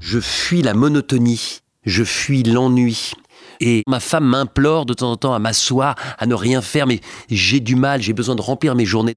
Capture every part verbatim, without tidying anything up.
Je fuis la monotonie, je fuis l'ennui. Et ma femme m'implore de temps en temps à m'asseoir, à ne rien faire, mais j'ai du mal, j'ai besoin de remplir mes journées.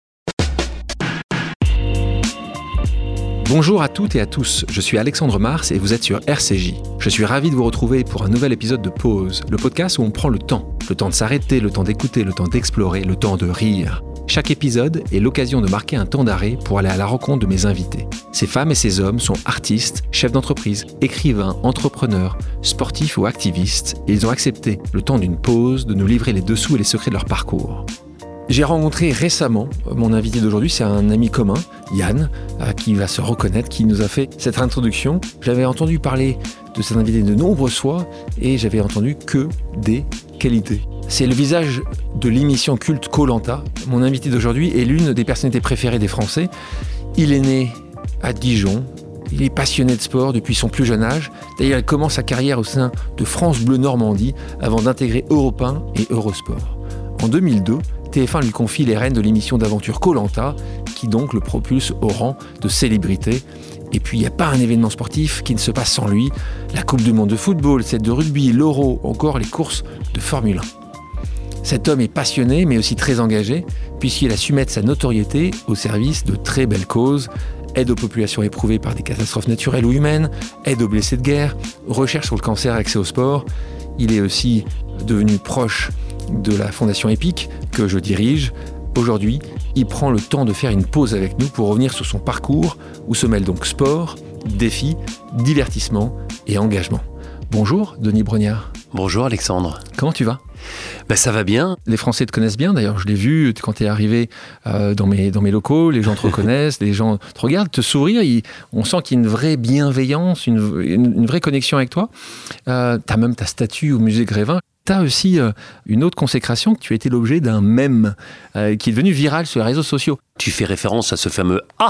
Bonjour à toutes et à tous, je suis Alexandre Mars et vous êtes sur R C J. Je suis ravi de vous retrouver pour un nouvel épisode de Pause, le podcast où on prend le temps. Le temps de s'arrêter, le temps d'écouter, le temps d'explorer, le temps de rire. Chaque épisode est l'occasion de marquer un temps d'arrêt pour aller à la rencontre de mes invités. Ces femmes et ces hommes sont artistes, chefs d'entreprise, écrivains, entrepreneurs, sportifs ou activistes, et ils ont accepté, le temps d'une pause, de nous livrer les dessous et les secrets de leur parcours. J'ai rencontré récemment mon invité d'aujourd'hui, c'est un ami commun, Yann, qui va se reconnaître, qui nous a fait cette introduction. J'avais entendu parler de cet invité de nombreuses fois et j'avais entendu que des qualités. C'est le visage de l'émission culte Koh Lanta. Mon invité d'aujourd'hui est l'une des personnalités préférées des Français. Il est né à Dijon. Il est passionné de sport depuis son plus jeune âge. D'ailleurs, il commence sa carrière au sein de France Bleu Normandie avant d'intégrer Europe un et Eurosport. En deux mille deux, T F un lui confie les rênes de l'émission d'aventure Koh Lanta, qui donc le propulse au rang de célébrité. Et puis, il n'y a pas un événement sportif qui ne se passe sans lui. La Coupe du Monde de football, celle de rugby, l'Euro, encore les courses de Formule un. Cet homme est passionné, mais aussi très engagé, puisqu'il a su mettre sa notoriété au service de très belles causes. Aide aux populations éprouvées par des catastrophes naturelles ou humaines, aide aux blessés de guerre, recherche sur le cancer et accès au sport. Il est aussi devenu proche de la Fondation EPIC, que je dirige. Aujourd'hui, il prend le temps de faire une pause avec nous pour revenir sur son parcours, où se mêlent donc sport, défis, divertissement et engagement. Bonjour, Denis Brognard. Bonjour Alexandre. Comment tu vas ? Ben, ça va bien. Les Français te connaissent bien, d'ailleurs, je l'ai vu quand tu es arrivé euh, dans, mes, dans mes locaux, les gens te reconnaissent, les gens te regardent, te sourient, ils, on sent qu'il y a une vraie bienveillance, une, une, une vraie connexion avec toi. Euh, tu as même ta statue au musée Grévin. Tu as aussi euh, une autre consécration, que tu as été l'objet d'un mème euh, qui est devenu viral sur les réseaux sociaux. Tu fais référence à ce fameux « A ».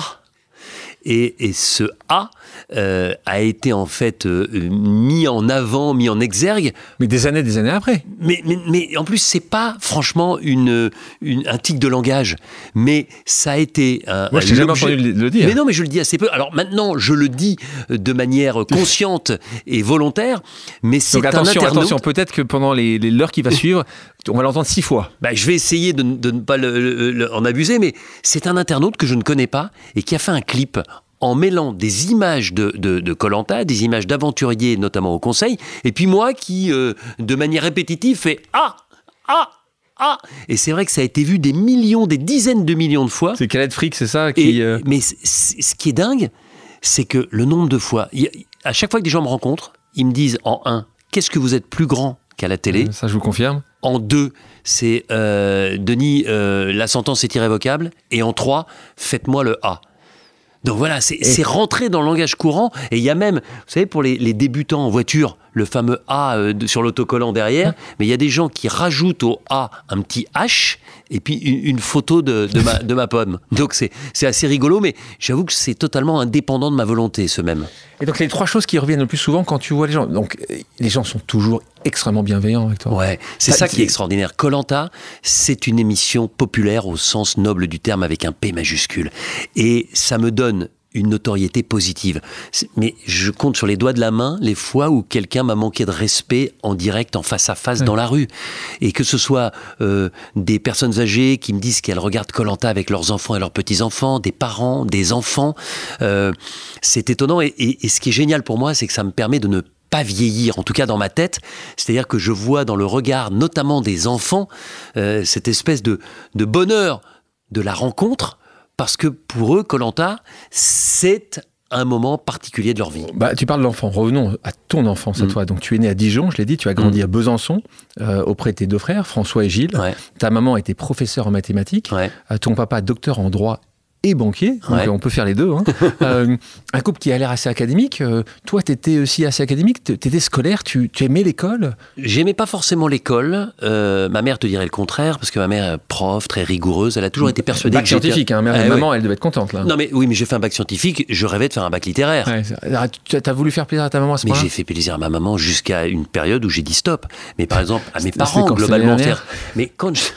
Et, et ce « A euh, » a été en fait euh, mis en avant, mis en exergue. Mais des années, des années après. Mais, mais, mais en plus, c'est pas franchement une, une, un tic de langage. Mais ça a été un. Moi, je t'ai jamais entendu le dire. Mais non, mais je le dis assez peu. Alors maintenant, je le dis de manière consciente et volontaire. Mais c'est Donc attention, un internaute. attention, peut-être que pendant les, les, l'heure qui va suivre, on va l'entendre six fois. Bah, je vais essayer de, de ne pas le, le, le, en abuser, mais c'est un internaute que je ne connais pas et qui a fait un clip en mêlant des images de, de, de Koh Lanta, des images d'aventuriers, notamment au Conseil, et puis moi qui, euh, de manière répétitive, fait « Ah ! Ah ! Ah !» Et c'est vrai que ça a été vu des millions, des dizaines de millions de fois. C'est Khaled Frick, c'est ça qui, et, euh... Mais c- c- ce qui est dingue, c'est que le nombre de fois, y a, à chaque fois que des gens me rencontrent, ils me disent en un, qu'est-ce que vous êtes plus grand qu'à la télé ? euh, Ça, je vous confirme. En deux, c'est euh, Denis, euh, la sentence est irrévocable. Et en trois, faites-moi le A. Donc voilà, c'est, c'est rentré dans le langage courant. Et il y a même, vous savez, pour les, les débutants en voiture, le fameux A euh, de, sur l'autocollant derrière. Mais il y a des gens qui rajoutent au A un petit H et puis une, une photo de, de, ma, de ma pomme. Donc c'est, c'est assez rigolo, mais j'avoue que c'est totalement indépendant de ma volonté, ce même. Et donc les trois choses qui reviennent le plus souvent quand tu vois les gens. Donc les gens sont toujours extrêmement bienveillants avec toi. Ouais, c'est ça, ça qui est extraordinaire. Koh Lanta, c'est une émission populaire au sens noble du terme avec un P majuscule. Et ça me donne une notoriété positive. Mais je compte sur les doigts de la main les fois où quelqu'un m'a manqué de respect en direct, en face à face, ouais. dans la rue. Et que ce soit euh, des personnes âgées qui me disent qu'elles regardent Koh Lanta avec leurs enfants et leurs petits-enfants, des parents, des enfants. Euh, c'est étonnant. Et, et, et ce qui est génial pour moi, c'est que ça me permet de ne pas vieillir, en tout cas dans ma tête. C'est-à-dire que je vois dans le regard, notamment des enfants, euh, cette espèce de, de bonheur de la rencontre. Parce que pour eux, Koh Lanta, c'est un moment particulier de leur vie. Bah, tu parles de l'enfant. Revenons à ton enfance, à mmh. toi. Donc, tu es né à Dijon, je l'ai dit. Tu as grandi mmh. à Besançon, euh, auprès de tes deux frères, François et Gilles. Ouais. Ta maman était professeure en mathématiques. Ouais. Euh, ton papa, docteur en droit et banquier. Donc, ouais. on peut faire les deux. Hein. euh, un couple qui a l'air assez académique. Euh, toi, tu étais aussi assez académique. Tu étais scolaire. Tu, tu aimais l'école ? J'aimais pas forcément l'école. Euh, ma mère te dirait le contraire, parce que ma mère est prof, très rigoureuse. Elle a toujours été persuadée bac que scientifique, hein, mère ah, et maman, oui. elle devait être contente, là. Non, mais oui, mais j'ai fait un bac scientifique. Je rêvais de faire un bac littéraire. Ouais, tu as voulu faire plaisir à ta maman à ce Mais point-là ? j'ai fait plaisir à ma maman jusqu'à une période où j'ai dit stop. Mais par exemple, à mes parents, globalement. Faire... Mais quand je...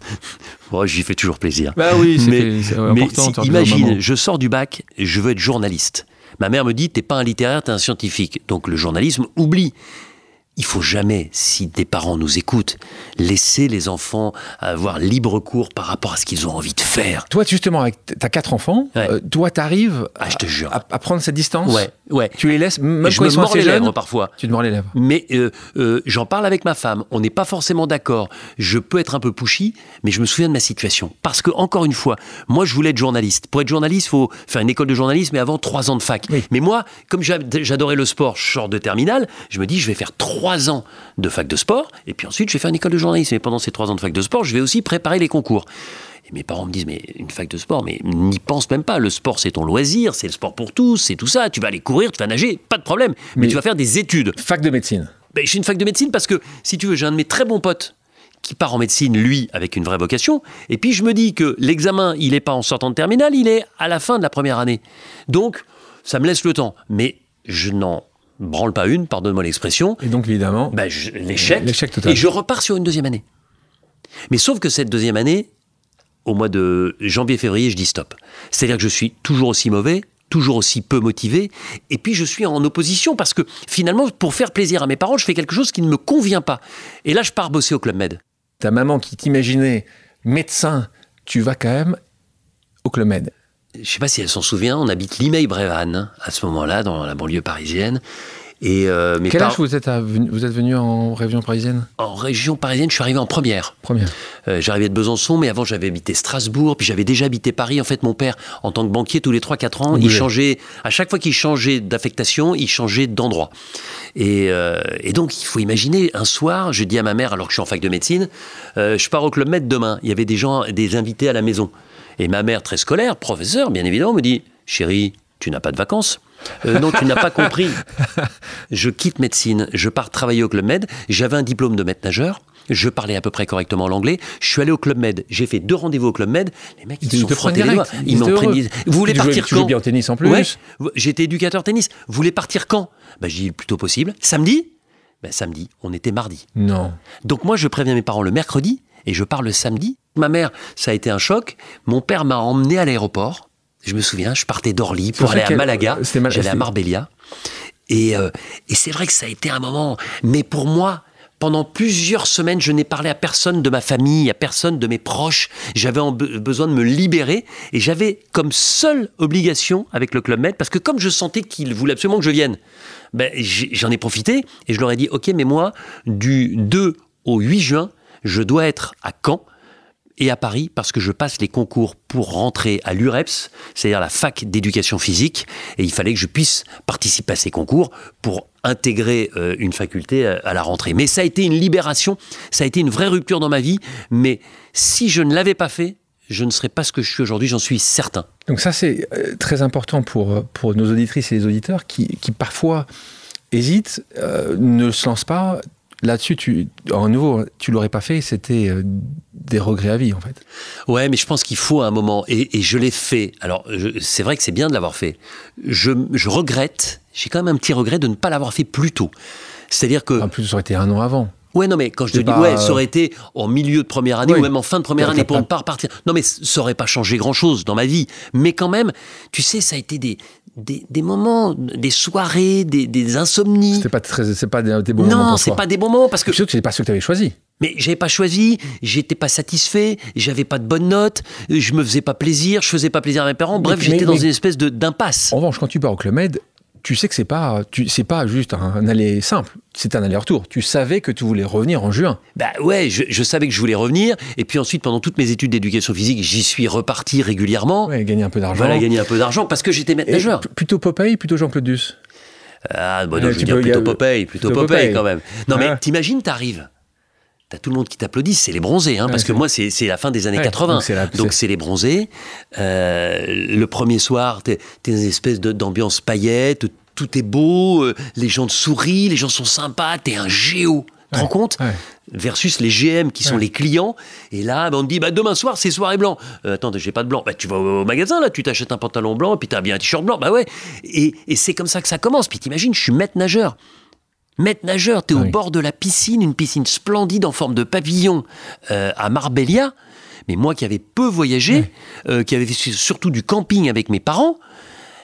Bon, j'y fais toujours plaisir. Bah oui, c'est, mais, c'est mais important. Si, imagine, je sors du bac, je veux être journaliste. Ma mère me dit, t'es pas un littéraire, t'es un scientifique. Donc le journalisme oublie. Il faut jamais, si des parents nous écoutent, laisser les enfants avoir libre cours par rapport à ce qu'ils ont envie de faire. Toi, justement, avec t'as quatre enfants, Ouais. euh, toi, t'arrives Ah, je te jure. à, à prendre cette distance. Ouais, ouais. Tu les laisses, même Et je quand me ils sont mords assez les jeunes, lèvres parfois. tu te mords les lèvres. Mais euh, euh, j'en parle avec ma femme. On n'est pas forcément d'accord. Je peux être un peu pushy, mais je me souviens de ma situation. Parce que, encore une fois, moi, je voulais être journaliste. Pour être journaliste, il faut faire une école de journalisme et avant trois ans de fac. Oui. Mais moi, comme j'a- j'adorais le sport, je sors de terminale, je me dis, je vais faire trois ans de fac de sport, et puis ensuite, je vais faire une école de journalisme. Et pendant ces trois ans de fac de sport, je vais aussi préparer les concours. Et mes parents me disent, mais une fac de sport, mais n'y pense même pas. Le sport, c'est ton loisir, c'est le sport pour tous, c'est tout ça. Tu vas aller courir, tu vas nager, pas de problème. Mais, Mais- tu vas faire des études. Fac de médecine. Ben, je suis une fac de médecine parce que, si tu veux, j'ai un de mes très bons potes qui part en médecine, lui, avec une vraie vocation. Et puis, je me dis que l'examen, il n'est pas en sortant de terminale, il est à la fin de la première année. Donc, ça me laisse le temps. Mais je n'en branle pas une, pardonne-moi l'expression. Et donc, évidemment, Ben, je- l'échec. L'échec total. Et je repars sur une deuxième année. Mais sauf que cette deuxième année, au mois de janvier-février, je dis stop. C'est-à-dire que je suis toujours aussi mauvais, toujours aussi peu motivé, et puis je suis en opposition parce que finalement, pour faire plaisir à mes parents, je fais quelque chose qui ne me convient pas. Et là, je pars bosser au Club Med. ta maman qui t'imaginait médecin, tu vas quand même au Club Med. Je ne sais pas si elle s'en souvient, on habite Limeil-Brévannes à ce moment-là, dans la banlieue parisienne. Et euh, mes Quel âge parents- vous êtes, à- vous êtes venu en région parisienne? En région parisienne, je suis arrivé en première. Première. Euh, j'arrivais de Besançon, mais avant j'avais habité Strasbourg, puis j'avais déjà habité Paris. En fait, mon père, en tant que banquier, tous les trois quatre ans, Oui. il changeait, à chaque fois qu'il changeait d'affectation, il changeait d'endroit. Et, euh, et donc, il faut imaginer, un soir, je dis à ma mère, alors que je suis en fac de médecine, euh, je pars au Club Med demain. Il y avait des gens, des invités à la maison. Et ma mère, très scolaire, professeur, bien évidemment, me dit, chérie, tu n'as pas de vacances. Euh, non, tu n'as pas compris. Je quitte médecine, je pars travailler au Club Med. J'avais un diplôme de maître nageur. Je parlais à peu près correctement l'anglais. Je suis allé au Club Med. J'ai fait deux rendez-vous au Club Med. Les mecs, ils Ils se sont te prennent frottés les doigts. direct. Ils Ils m'ont étaient pris. heureux. Ils- Vous voulez Tu jouais- partir tu quand joues bien au tennis en plus. Ouais. J'étais éducateur tennis. Vous voulez partir quand? Bah, j'ai dit le plus tôt possible. Samedi? Ben, samedi. On était mardi. Non. Donc moi, je préviens mes parents le mercredi et je pars le samedi. Ma mère, ça a été un choc. Mon père m'a emmené à l'aéroport. Je me souviens, je partais d'Orly pour Ça aller fait à quel- Malaga. c'était Mal- J'allais à c'était- Marbella. Et, euh, et c'est vrai que ça a été un moment. Mais pour moi, pendant plusieurs semaines, je n'ai parlé à personne de ma famille, à personne de mes proches. J'avais en be- besoin de me libérer. Et j'avais comme seule obligation avec le Club Med, parce que comme je sentais qu'ils voulaient absolument que je vienne, ben, j'ai- j'en ai profité. Et je leur ai dit, OK, mais moi, du deux au huit juin, je dois être à Caen et à Paris parce que je passe les concours pour rentrer à l'U R E P S, c'est-à-dire la fac d'éducation physique, et il fallait que je puisse participer à ces concours pour intégrer euh, une faculté à, à la rentrée. Mais ça a été une libération, ça a été une vraie rupture dans ma vie, mais si je ne l'avais pas fait, je ne serais pas ce que je suis aujourd'hui, j'en suis certain. Donc ça, c'est euh, très important pour, pour nos auditrices et les auditeurs qui, qui parfois hésitent, euh, ne se lancent pas. Là-dessus, tu, en nouveau, tu l'aurais pas fait, c'était euh, des regrets à vie, en fait. Ouais, mais je pense qu'il faut un moment, et, et je l'ai fait. Alors, je- c'est vrai que c'est bien de l'avoir fait. Je, je regrette, j'ai quand même un petit regret de ne pas l'avoir fait plus tôt. C'est-à-dire que... En plus, ça aurait été un an avant. Ouais, non, mais quand je te C'est dis, pas, ouais, euh, ça aurait été en milieu de première année Oui. ou même en fin de première T'as- année t'as pour pas- ne pas repartir. Non, mais ça aurait pas changé grand-chose dans ma vie. Mais quand même, tu sais, ça a été des, des, des moments, des soirées, des, des insomnies. C'était pas très, c'est pas des, des bons moments Non, pour c'est toi. pas des bons moments parce que. Et puis surtout, c'est pas ceux que tu avais choisi. Mais j'avais pas choisi, j'étais pas satisfait, j'avais pas de bonnes notes, je me faisais pas plaisir, je faisais pas plaisir à mes parents. Bref, Mais- j'étais mais- dans mais- une espèce de d'impasse. En revanche, quand tu pars au Club Med, tu sais que c'est pas, tu, c'est pas juste un, un aller simple, c'est un aller-retour. Tu savais que tu voulais revenir en juin. Bah ouais, je, je savais que je voulais revenir. Et puis ensuite, pendant toutes mes études d'éducation physique, j'y suis reparti régulièrement. Ouais, gagner un peu d'argent. Voilà, gagner un peu d'argent parce que j'étais maître Et nageur. p- plutôt Popeye, plutôt Jean-Claude Duss. Ah, bon, non, Ouais, je veux tu dire peux- plutôt y a- Popeye, plutôt plutôt Popeye Popeye. quand même. Non, Ouais. mais t'imagines, t'arrives. T'as tout le monde qui t'applaudit, c'est les bronzés, hein, Ouais, parce que c'est- moi, c'est c'est la fin des années Ouais, quatre-vingts. donc c'est la- Donc c'est- c'est les bronzés. Euh, le premier soir, t'es t'es dans une espèce de- d'ambiance paillette, tout est beau, euh, les gens te sourient, les gens sont sympas, t'es un géo. Tu te Ouais, rends compte? ouais. Versus les G M qui sont Ouais. les clients. Et là, ben, on te dit, bah, demain soir, c'est soirée blanc. Euh, attends, j'ai pas de blanc. Bah, tu vas au magasin, là, tu t'achètes un pantalon blanc, et puis t'as bien un t-shirt blanc. Bah ouais. Et, et c'est comme ça que ça commence. Puis t'imagines, je suis maître nageur. Maître nageur, t'es Oui. au bord de la piscine, une piscine splendide en forme de pavillon euh, à Marbella. Mais moi qui avais peu voyagé, Ouais. euh, qui avait fait surtout du camping avec mes parents,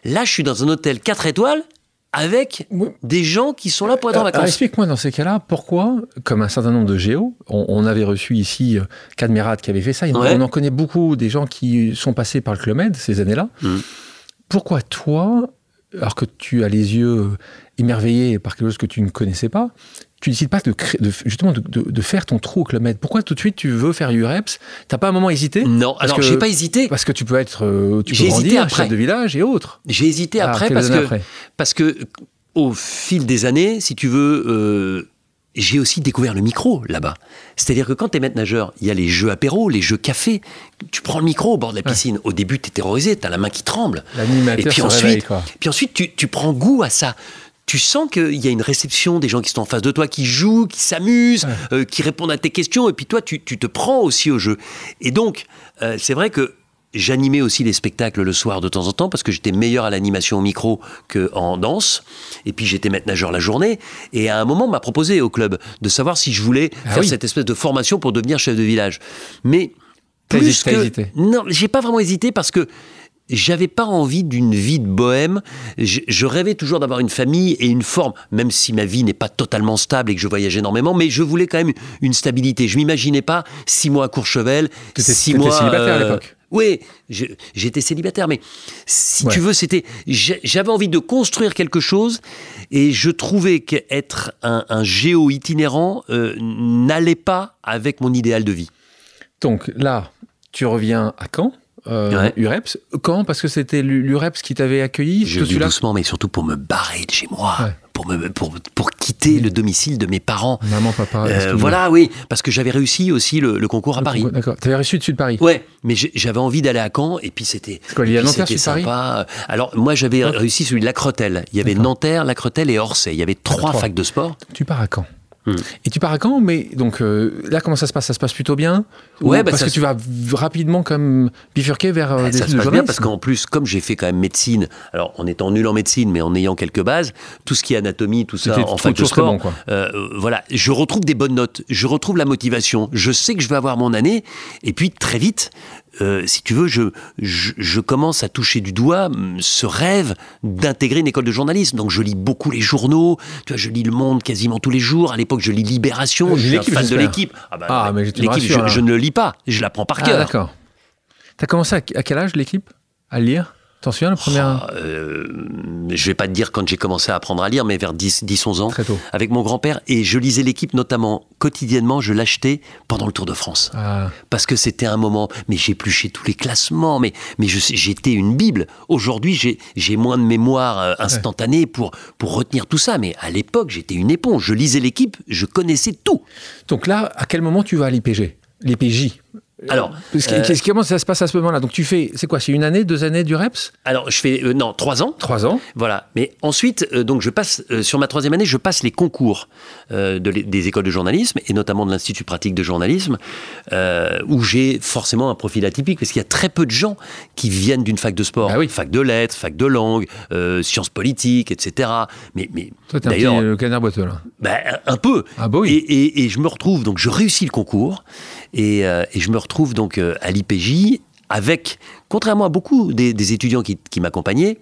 Là, je suis dans un hôtel quatre étoiles avec oui. des gens qui sont là pour être en vacances. Alors, explique-moi dans ces cas-là, pourquoi, comme un certain nombre de géos, on, on avait reçu ici Cadmerat qui avait fait ça, ouais. on en connaît beaucoup des gens qui sont passés par le Club Med ces années-là. Mmh. Pourquoi toi, alors que tu as les yeux émerveillés par quelque chose que tu ne connaissais pas, tu décides pas de, créer, de justement de, de, de faire ton trou au Club Med? Pourquoi tout de suite tu veux faire U R E P S? T'as pas un moment hésité? Non, alors que, j'ai pas hésité. Parce que tu peux être, euh, tu j'ai peux grandir, chef de village et autres. J'ai hésité ah, après parce que après parce que au fil des années, si tu veux, euh, j'ai aussi découvert le micro là-bas. C'est-à-dire que quand t'es maître nageur, il y a les jeux apéro, les jeux café. Tu prends le micro au bord de la piscine. Ouais. Au début, t'es terrorisé, t'as la main qui tremble. L'animateur et puis se ensuite, réveille, quoi. Puis ensuite, tu, tu prends goût à ça. Tu sens qu'il y a une réception des gens qui sont en face de toi, qui jouent, qui s'amusent, ouais. euh, qui répondent à tes questions. Et puis toi, tu, tu te prends aussi au jeu. Et donc, euh, c'est vrai que j'animais aussi les spectacles le soir de temps en temps parce que j'étais meilleur à l'animation au micro qu'en danse. Et puis j'étais maître nageur la journée. Et à un moment, on m'a proposé au club de savoir si je voulais ah faire oui. cette espèce de formation pour devenir chef de village. Mais t'as plus hésité, que... hésité. Non, j'ai pas vraiment hésité parce que j'avais pas envie d'une vie de bohème. Je, je rêvais toujours d'avoir une famille et une forme, même si ma vie n'est pas totalement stable et que je voyage énormément, mais je voulais quand même une stabilité. Je m'imaginais pas six mois à Courchevel, t'étais, six t'étais mois... célibataire euh, à l'époque. Oui, je, j'étais célibataire, mais si ouais. tu veux, c'était, j'avais envie de construire quelque chose et je trouvais qu'être un, un géo itinérant euh, n'allait pas avec mon idéal de vie. Donc là, tu reviens à Caen. Euh, ouais. U R E P S. Quand? Parce que c'était l'U R E P S qui t'avait accueilli? Je vis doucement, mais surtout pour me barrer de chez moi, ouais. pour, me, pour, pour quitter oui. le domicile de mes parents. Maman, papa. Euh, voilà, oui, parce que j'avais réussi aussi le, le concours à le Paris. Concours, d'accord. T'avais réussi dessus de Paris? Ouais, mais j'avais envie d'aller à Caen, et puis c'était. C'est quoi, il y a Nanterre sur Paris? Sympa. Alors, moi, j'avais ouais. réussi celui de La Crotelle. Il y avait d'accord. Nanterre, La Crotelle et Orsay. Il y avait trois, trois. facs de sport. Tu pars à Caen. Hum. Et tu pars à Caen, mais donc euh, là, comment ça se passe? Ça se passe plutôt bien? Ouais, bah parce ça que se... tu vas rapidement comme bifurquer vers euh, bah, des ça études se passe de bien parce qu'en plus, comme j'ai fait quand même médecine, alors en étant nul en médecine, mais en ayant quelques bases, tout ce qui est anatomie, tout ça, c'était en fac de sport, bon, quoi. Euh, voilà, je retrouve des bonnes notes, je retrouve la motivation, je sais que je vais avoir mon année, et puis très vite. Euh, si tu veux, je, je, je commence à toucher du doigt ce rêve d'intégrer une école de journalisme. Donc je lis beaucoup les journaux, tu vois, je lis Le Monde quasiment tous les jours. À l'époque, je lis Libération, oui, je suis un fan de l'équipe. Ah, bah, ah mais l'équipe, rassure, je, je ne le lis pas, je la prends par ah, cœur. D'accord. T'as commencé à, à quel âge l'équipe à lire? T'en souviens le premier oh, euh, Je vais pas te dire quand j'ai commencé à apprendre à lire, mais vers dix onze ans, très tôt. Avec mon grand-père. Et je lisais l'équipe notamment quotidiennement, je l'achetais pendant le Tour de France. Ah. Parce que c'était un moment, mais j'épluchais tous les classements, mais, mais je, j'étais une bible. Aujourd'hui, j'ai, j'ai moins de mémoire euh, instantanée ouais. pour, pour retenir tout ça, mais à l'époque, j'étais une éponge. Je lisais l'équipe, je connaissais tout. Donc là, à quel moment tu vas à l'I P G? L'I P J? Alors, euh, comment ça se passe à ce moment-là? Donc tu fais, c'est quoi? C'est une année, deux années du R E P S? Alors je fais, euh, non, trois ans. Trois ans. Voilà. Mais ensuite, euh, donc je passe, euh, sur ma troisième année, je passe les concours euh, de, des écoles de journalisme, et notamment de l'Institut pratique de journalisme, euh, où j'ai forcément un profil atypique, parce qu'il y a très peu de gens qui viennent d'une fac de sport. Ah oui. Fac de lettres, fac de langue, euh, sciences politiques, et cetera. Mais, mais toi, t'es d'ailleurs, un petit, le canard boiteux, là. Bah, un peu. Ah bah oui. Et, et, et je me retrouve, donc je réussis le concours, et, euh, et je me retrouve donc euh, à l'I P J avec, contrairement à beaucoup des, des étudiants qui, qui m'accompagnaient,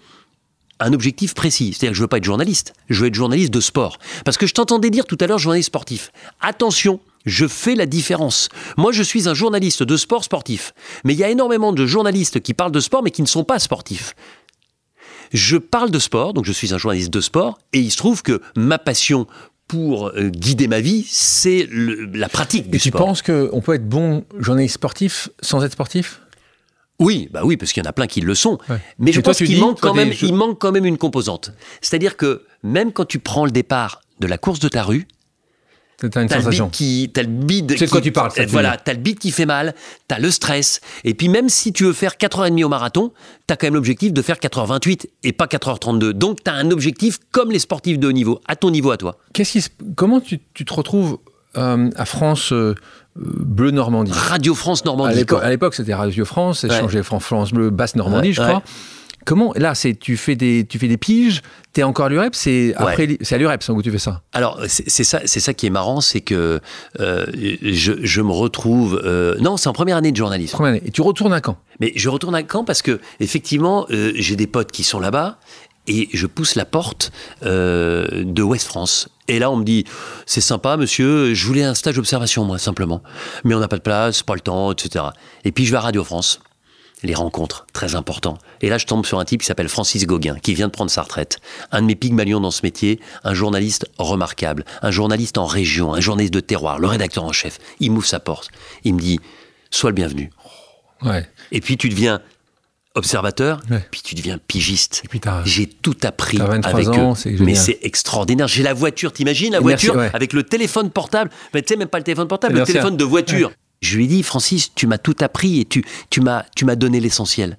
un objectif précis. C'est-à-dire que je ne veux pas être journaliste, je veux être journaliste de sport. Parce que je t'entendais dire tout à l'heure journaliste sportif. Attention, je fais la différence. Moi, je suis un journaliste de sport sportif. Mais il y a énormément de journalistes qui parlent de sport mais qui ne sont pas sportifs. Je parle de sport, donc je suis un journaliste de sport, et il se trouve que ma passion pour euh, guider ma vie, c'est le, la pratique du et tu sport. Tu penses qu'on peut être bon journaliste sportif sans être sportif? Oui, bah oui, parce qu'il y en a plein qui le sont. Ouais. Mais et je toi, pense qu'il manque quand, même, des... il manque quand même une composante. C'est-à-dire que même quand tu prends le départ de la course de ta rue, t'as une t'as sensation. Le bide qui, t'as le bide c'est qui, de quoi tu parles. Ça, voilà, t'as le bide qui fait mal, t'as le stress. Et puis même si tu veux faire quatre heures trente au marathon, t'as quand même l'objectif de faire quatre heures vingt-huit et pas quatre heures trente-deux. Donc t'as un objectif comme les sportifs de haut niveau, à ton niveau à toi. Qu'est-ce qui se... Comment tu, tu te retrouves euh, à France euh, Bleu Normandie? Radio France Normandie. À l'époque, à l'époque c'était Radio France, c'est ouais. changé France Bleu Basse Normandie, ouais, je crois. Ouais. Comment, là, c'est, tu, fais des, tu fais des piges, t'es encore à l'UREP, c'est, après, Ouais. c'est à l'UREP où tu fais ça. Alors, c'est, c'est, ça, c'est ça qui est marrant, c'est que euh, je, je me retrouve... Euh, non, c'est en première année de journalisme. Première année. Et tu retournes à Caen. Mais je retourne à Caen parce que, effectivement, euh, j'ai des potes qui sont là-bas et je pousse la porte euh, de Ouest France. Et là, on me dit, c'est sympa, monsieur, je voulais un stage d'observation, moi, simplement. Mais on n'a pas de place, pas le temps, et cetera. Et puis, je vais à Radio France. Les rencontres, très important. Et là, je tombe sur un type qui s'appelle Francis Gauguin, qui vient de prendre sa retraite. Un de mes pygmalions dans ce métier, un journaliste remarquable, un journaliste en région, un journaliste de terroir, le rédacteur en chef. Il m'ouvre sa porte. Il me dit, sois le bienvenu. Ouais. Et puis, tu deviens observateur, ouais. Puis tu deviens pigiste. Et puis t'as, j'ai tout appris t'as vingt-trois avec ans, eux. c'est génial. Mais c'est extraordinaire. J'ai la voiture, t'imagines la Et voiture merci, ouais. avec le téléphone portable. Mais tu sais, même pas le téléphone portable, Merci, le téléphone de voiture. Ouais. Je lui ai dit, Francis, tu m'as tout appris et tu, tu, m'as, tu m'as donné l'essentiel.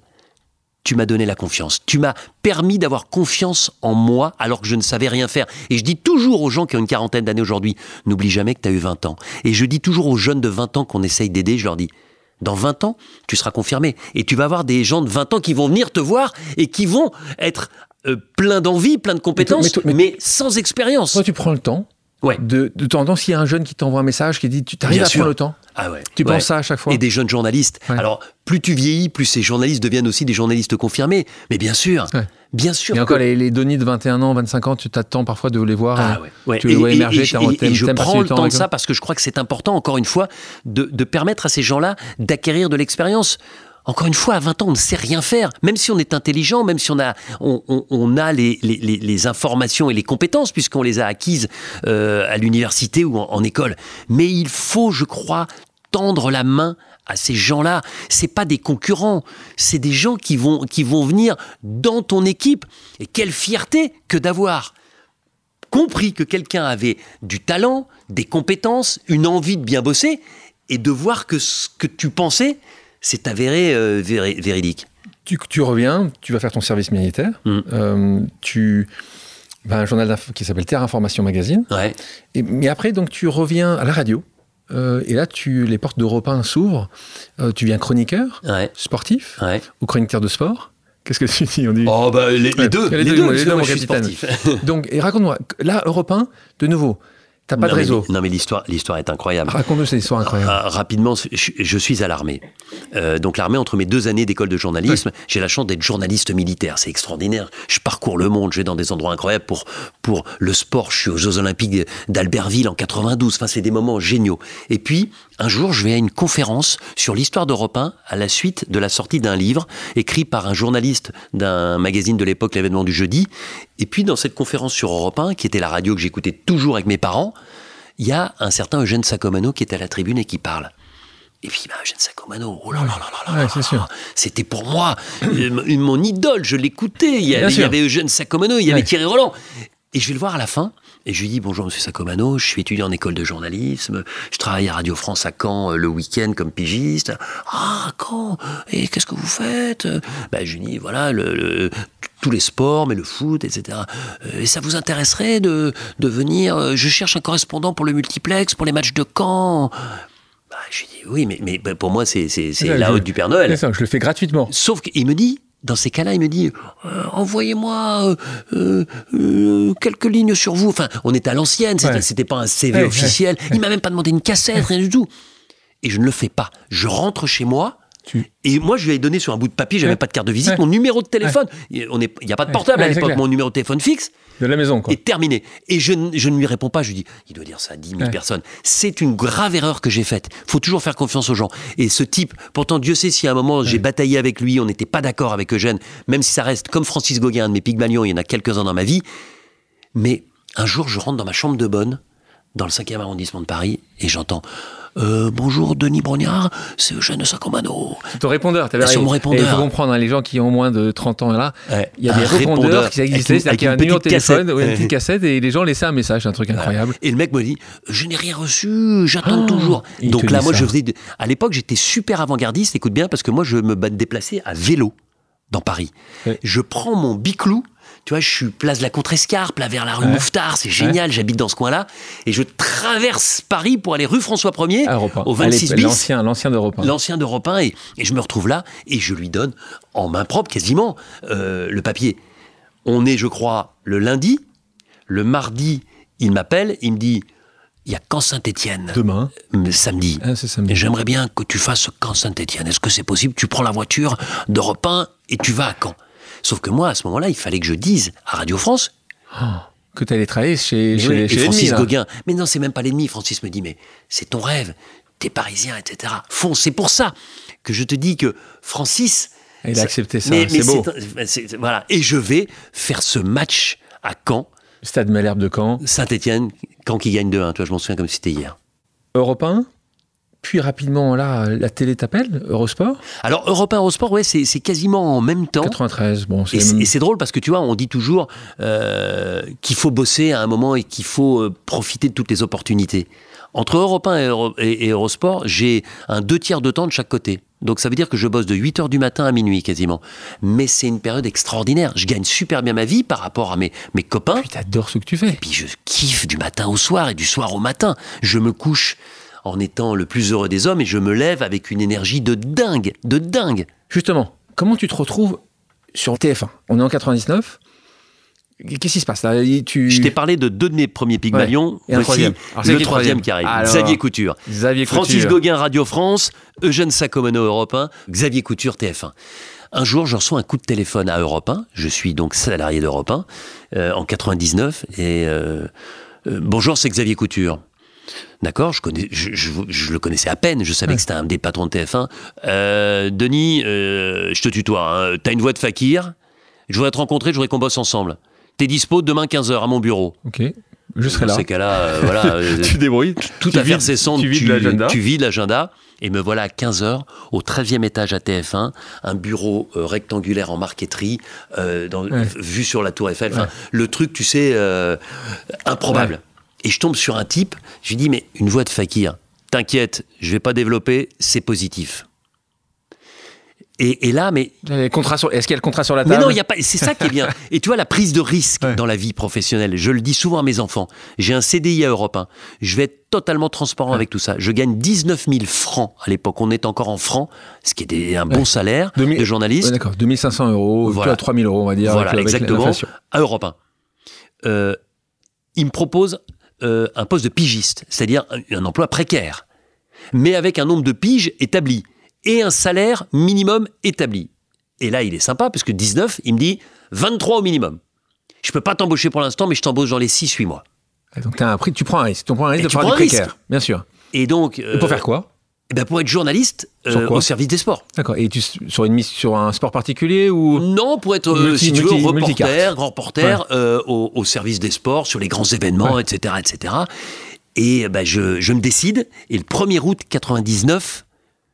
Tu m'as donné la confiance. Tu m'as permis d'avoir confiance en moi alors que je ne savais rien faire. Et je dis toujours aux gens qui ont une quarantaine d'années aujourd'hui, n'oublie jamais que tu as eu vingt ans. Et je dis toujours aux jeunes de vingt ans qu'on essaye d'aider, je leur dis, dans vingt ans, tu seras confirmé. Et tu vas avoir des gens de vingt ans qui vont venir te voir et qui vont être euh, pleins d'envie, pleins de compétences, mais, toi, mais, toi, mais, mais sans expérience. Toi, tu prends le temps. Ouais. De, de temps en temps, s'il y a un jeune qui t'envoie un message qui dit, tu t'arrives à prendre le temps. Ah ouais. Tu ouais. penses ça à chaque fois. Et des jeunes journalistes. Ouais. Alors, plus tu vieillis, plus ces journalistes deviennent aussi des journalistes confirmés. Mais bien sûr, ouais. bien sûr. Et que... encore, les, les Denis de vingt et un ans, vingt-cinq ans, tu t'attends parfois de les voir. Ah ouais. ouais. Tu les vois émerger. Et, et, et, et je prends le temps, temps de ça parce que je crois que c'est important, encore une fois, de, de permettre à ces gens-là d'acquérir de l'expérience. Encore une fois, à vingt ans, on ne sait rien faire. Même si on est intelligent, même si on a, on, on, on a les, les, les informations et les compétences, puisqu'on les a acquises euh, à l'université ou en, en école. Mais il faut, je crois, tendre la main à ces gens-là. C'est pas des concurrents, c'est des gens qui vont, qui vont venir dans ton équipe. Et quelle fierté que d'avoir compris que quelqu'un avait du talent, des compétences, une envie de bien bosser, et de voir que ce que tu pensais... c'est avéré euh, véri- véridique. Tu, tu reviens, tu vas faire ton service militaire. Mm. Euh, tu vas à un journal qui s'appelle Terre Information Magazine. Ouais. Et, mais après, donc, tu reviens à la radio. Euh, et là, tu, les portes d'Europe un s'ouvrent. Euh, tu viens chroniqueur, ouais. sportif, ouais. ou chroniqueur de sport. Qu'est-ce que tu dis? On dit... Oh, bah, les, les ouais. deux. Les, les deux, deux, les deux, moi, mon je suis capitaine. sportif. Donc, et raconte-moi. Là, Europe un, de nouveau. T'as pas non, de réseau. Mais, non, mais l'histoire, l'histoire est incroyable. Raconte-nous cette histoire incroyable. Euh, rapidement, je, je suis à l'armée. Euh, donc l'armée, entre mes deux années d'école de journalisme, ouais. j'ai la chance d'être journaliste militaire. C'est extraordinaire. Je parcours le monde, je vais dans des endroits incroyables pour, pour le sport. Je suis aux Jeux Olympiques d'Albertville en quatre-vingt-douze. Enfin, c'est des moments géniaux. Et puis, un jour, je vais à une conférence sur l'histoire d'Europe un à la suite de la sortie d'un livre écrit par un journaliste d'un magazine de l'époque, L'événement du jeudi. Et puis, dans cette conférence sur Europe un, qui était la radio que j'écoutais toujours avec mes parents, il y a un certain Eugène Sacomano qui est à la tribune et qui parle. Et puis, bah, Eugène Sacomano, oh là là là là là, ouais, c'est sûr. C'était pour moi une, mon idole, je l'écoutais. Il y avait, il y avait Eugène Sacomano, il y avait ouais. Thierry Roland. Et je vais le voir à la fin, et je lui dis « Bonjour, monsieur Sacomano, je suis étudiant en école de journalisme, je travaille à Radio France à Caen euh, le week-end comme pigiste. »« Ah, Caen, et qu'est-ce que vous faites ?» Ben, je lui dis « Voilà, le, le, tous les sports, mais le foot, et cetera. Et ça vous intéresserait de, de venir, je cherche un correspondant pour le multiplex, pour les matchs de Caen. » Ben, je lui dis « Oui, mais, mais pour moi, c'est, c'est, c'est la haute du Père Noël. » C'est ça, je le fais gratuitement. Sauf qu'il me dit... Dans ces cas-là, il me dit euh, « Envoyez-moi euh, euh, quelques lignes sur vous. » Enfin, on est à l'ancienne, c'était, ouais. c'était pas un C V ouais, officiel. Ouais, ouais. Il m'a même pas demandé une cassette, rien du tout. Et je ne le fais pas. Je rentre chez moi, tu... et moi, je lui ai donné sur un bout de papier, j'avais ouais. pas de carte de visite, ouais. mon numéro de téléphone. Il ouais. n'y a pas de portable ouais, à l'époque, mon numéro de téléphone fixe. De la maison, quoi. Et terminé. Et je, je ne lui réponds pas, je lui dis, il doit dire ça à dix mille ouais. personnes. C'est une grave erreur que j'ai faite. Il faut toujours faire confiance aux gens. Et ce type, pourtant, Dieu sait si à un moment, ouais. j'ai bataillé avec lui, on n'était pas d'accord avec Eugène, même si ça reste comme Francis Gauguin, un de mes pygmalions, il y en a quelques-uns dans ma vie. Mais un jour, je rentre dans ma chambre de bonne, dans le cinquième arrondissement de Paris, et j'entends... Euh, bonjour Denis Brognard, c'est Eugène Sacomano. C'est ton répondeur, t'avais sur mon répondeur. Il faut comprendre, hein, les gens qui ont moins de trente ans là, ouais. il y a des répondeurs, répondeurs qui existaient, c'est-à-dire qu'il y a un numéro de téléphone, ou une petite cassette, et les gens laissaient un message, c'est un truc incroyable. Ouais. Et le mec me dit, je n'ai rien reçu, j'attends oh, toujours. Donc là, moi, ça. je faisais. De... À l'époque, j'étais super avant-gardiste, écoute bien, parce que moi, je me déplaçais à vélo dans Paris. Ouais. Je prends mon biclou. tu vois, je suis place de la Contrescarpe, là, vers la rue ouais. Mouffetard, c'est génial, ouais. J'habite dans ce coin-là, et je traverse Paris pour aller rue François Ier, au vingt-six Allez, bis. L'ancien, l'ancien d'Europe un. L'ancien d'Europe un, et, et je me retrouve là, et je lui donne, en main propre quasiment, euh, le papier. On est, je crois, le lundi, le mardi, il m'appelle, il me dit... Il y a Caen Saint-Étienne. Demain. Euh, samedi. Ah, c'est samedi. Et j'aimerais bien que tu fasses Caen Saint-Étienne. Est-ce que c'est possible? Tu prends la voiture d'Europe un et tu vas à Caen. Sauf que moi, à ce moment-là, il fallait que je dise à Radio France... Oh, que tu allais travailler chez, chez, oui, chez Francis l'ennemi, Gauguin. Mais non, c'est même pas l'ennemi. Francis me dit, mais c'est ton rêve. T'es parisien, et cetera. Fonce. C'est pour ça que je te dis que Francis... Il a ça, accepté ça. Mais, c'est mais beau. C'est, c'est, voilà. Et je vais faire ce match à Caen. Stade Malherbe de Caen. Saint-Étienne, Caen qui gagne deux un. Toi, je m'en souviens comme si c'était hier. Europe un, puis rapidement, là, la télé t'appelle, Eurosport. Alors, Europe un, Eurosport, ouais, c'est, c'est quasiment en même temps. quatre-vingt-treize, bon. C'est et, même... c'est, et c'est drôle parce que tu vois, on dit toujours euh, qu'il faut bosser à un moment et qu'il faut euh, profiter de toutes les opportunités. Entre Europe un et, Euro, et, et Eurosport, j'ai un deux tiers de temps de chaque côté. Donc ça veut dire que je bosse de huit heures du matin à minuit quasiment. Mais c'est une période extraordinaire. Je gagne super bien ma vie par rapport à mes, mes copains. Puis t'adores ce que tu fais. Et puis je kiffe du matin au soir et du soir au matin. Je me couche en étant le plus heureux des hommes et je me lève avec une énergie de dingue, de dingue. Justement, comment tu te retrouves sur T F un? On est en quatre-vingt-dix-neuf. Qu'est-ce qui se passe là? tu... Je t'ai parlé de deux de mes premiers Pygmalions. Ouais. Voici troisième. Alors, le troisième qui arrive. Alors, Xavier Couture. Xavier Francis Couture. Gauguin, Radio France. Eugène Sacomano, Europe un. Xavier Couture, T F un. Un jour, je reçois un coup de téléphone à Europe un. Je suis donc salarié d'Europe un euh, en quatre-vingt-dix-neuf. Et euh, euh, bonjour, c'est Xavier Couture. D'accord, je, connais, je, je, je le connaissais à peine. Je savais ouais. que c'était un des patrons de T F un. Euh, Denis, euh, je te tutoie. Hein. T'as une voix de fakir. Je voudrais te rencontrer, je voudrais qu'on bosse ensemble. T'es dispo demain quinze heures à mon bureau. Ok, je serai là. Dans ces cas-là, euh, voilà. Euh, tu débrouilles. Tout tu à faire vides, ses cendres, tu vides tu, l'agenda. tu vides l'agenda. Et me voilà à quinze heures au treizième étage à T F un, un bureau euh, rectangulaire en marqueterie, euh, dans, ouais. vu sur la tour Eiffel. Enfin, ouais. Le truc, tu sais, euh, improbable. Ouais. Et je tombe sur un type, je lui dis, mais une voix de fakir, t'inquiète, je vais pas développer, c'est positif. Et, et là, mais... Sur, est-ce qu'il y a le contrat sur la table? Mais non, il y a pas, c'est ça qui est bien. Et tu vois, la prise de risque ouais. dans la vie professionnelle, je le dis souvent à mes enfants, j'ai un C D I à Europe un, je vais être totalement transparent ouais. avec tout ça. Je gagne dix-neuf mille francs à l'époque, on est encore en francs, ce qui est des, un bon ouais. salaire deux mille de journaliste. Ouais, d'accord, deux mille cinq cents euros, voilà. trois mille euros, on va dire. Voilà, avec exactement, à Europe un. Euh, il me propose euh, un poste de pigiste, c'est-à-dire un, un emploi précaire, mais avec un nombre de piges établi. Et un salaire minimum établi. Et là, il est sympa, parce que dix-neuf, il me dit vingt-trois au minimum. Je peux pas t'embaucher pour l'instant, mais je t'embauche dans les six huit mois. Donc t'as un prix, tu prends un risque. Tu prends un risque de prendre du précaire, risque. Bien sûr. Et donc... Euh, et pour faire quoi? Eh ben pour être journaliste euh, au service des sports. D'accord. Et tu, sur, une, sur un sport particulier ou... Non, pour être, euh, multi, si tu multi, veux, reporter, grand reporter, ouais. euh, au, au service des sports, sur les grands événements, ouais. et cetera, et cetera. Et ben, je, je me décide, et le premier août quatre-vingt-dix-neuf,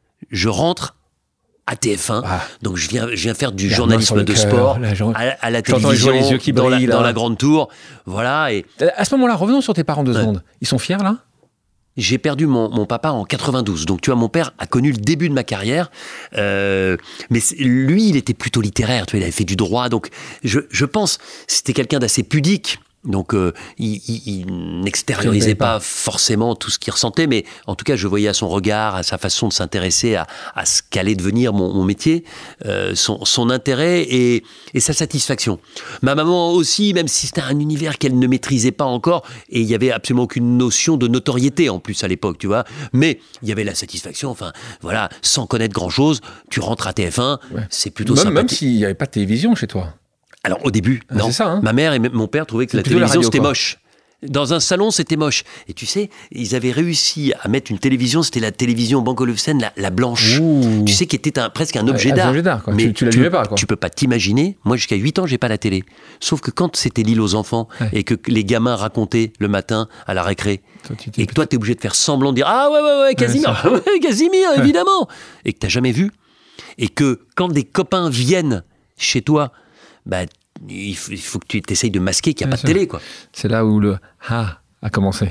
je rentre à T F un, ah. donc je viens, je viens faire du journalisme de sport là, genre, à, à la télévision, les yeux qui dans, brillent, la, dans la grande tour, voilà. Et à ce moment-là, revenons sur tes parents deux ouais. secondes. Ils sont fiers là? J'ai perdu mon, mon papa en quatre-vingt-douze, donc tu vois, mon père a connu le début de ma carrière, euh, mais lui, il était plutôt littéraire, tu vois, il avait fait du droit, donc je, je pense, c'était quelqu'un d'assez pudique. Donc, euh, il, il, il n'extériorisait pas, pas forcément tout ce qu'il ressentait, mais en tout cas, je voyais à son regard, à sa façon de s'intéresser à, à ce qu'allait devenir mon, mon métier, euh, son, son intérêt et, et sa satisfaction. Ma maman aussi, même si c'était un univers qu'elle ne maîtrisait pas encore, et il n'y avait absolument aucune notion de notoriété en plus à l'époque, tu vois, mais il y avait la satisfaction, enfin, voilà, sans connaître grand-chose, tu rentres à T F un, ouais. c'est plutôt même, sympathique. Même s'il n'y avait pas de télévision chez toi. Alors au début, ah, non. C'est ça, hein. Ma mère et mon père trouvaient que c'est la télévision la radio, c'était quoi. Moche. Dans un salon, c'était moche. Et tu sais, ils avaient réussi à mettre une télévision, c'était la télévision Banque Olufsen, la, la blanche. Ouh. Tu sais, qui était un, presque un objet ah, d'art. Un objet d'art, quoi. Mais tu, tu l'allumais pas, quoi. Tu peux pas t'imaginer. Moi, jusqu'à huit ans, j'ai pas la télé. Sauf que quand c'était l'île aux enfants ouais. et que les gamins racontaient le matin à la récré, toi, tu et que toi, t'es obligé de faire semblant de dire ah ouais ouais ouais Casimir, ouais, ouais, Casimir ouais. évidemment, et que t'as jamais vu, et que quand des copains viennent chez toi, bah, il faut, il faut que tu essayes de masquer qu'il n'y a Bien pas sûr. De télé, quoi. C'est là où le « ah » a commencé.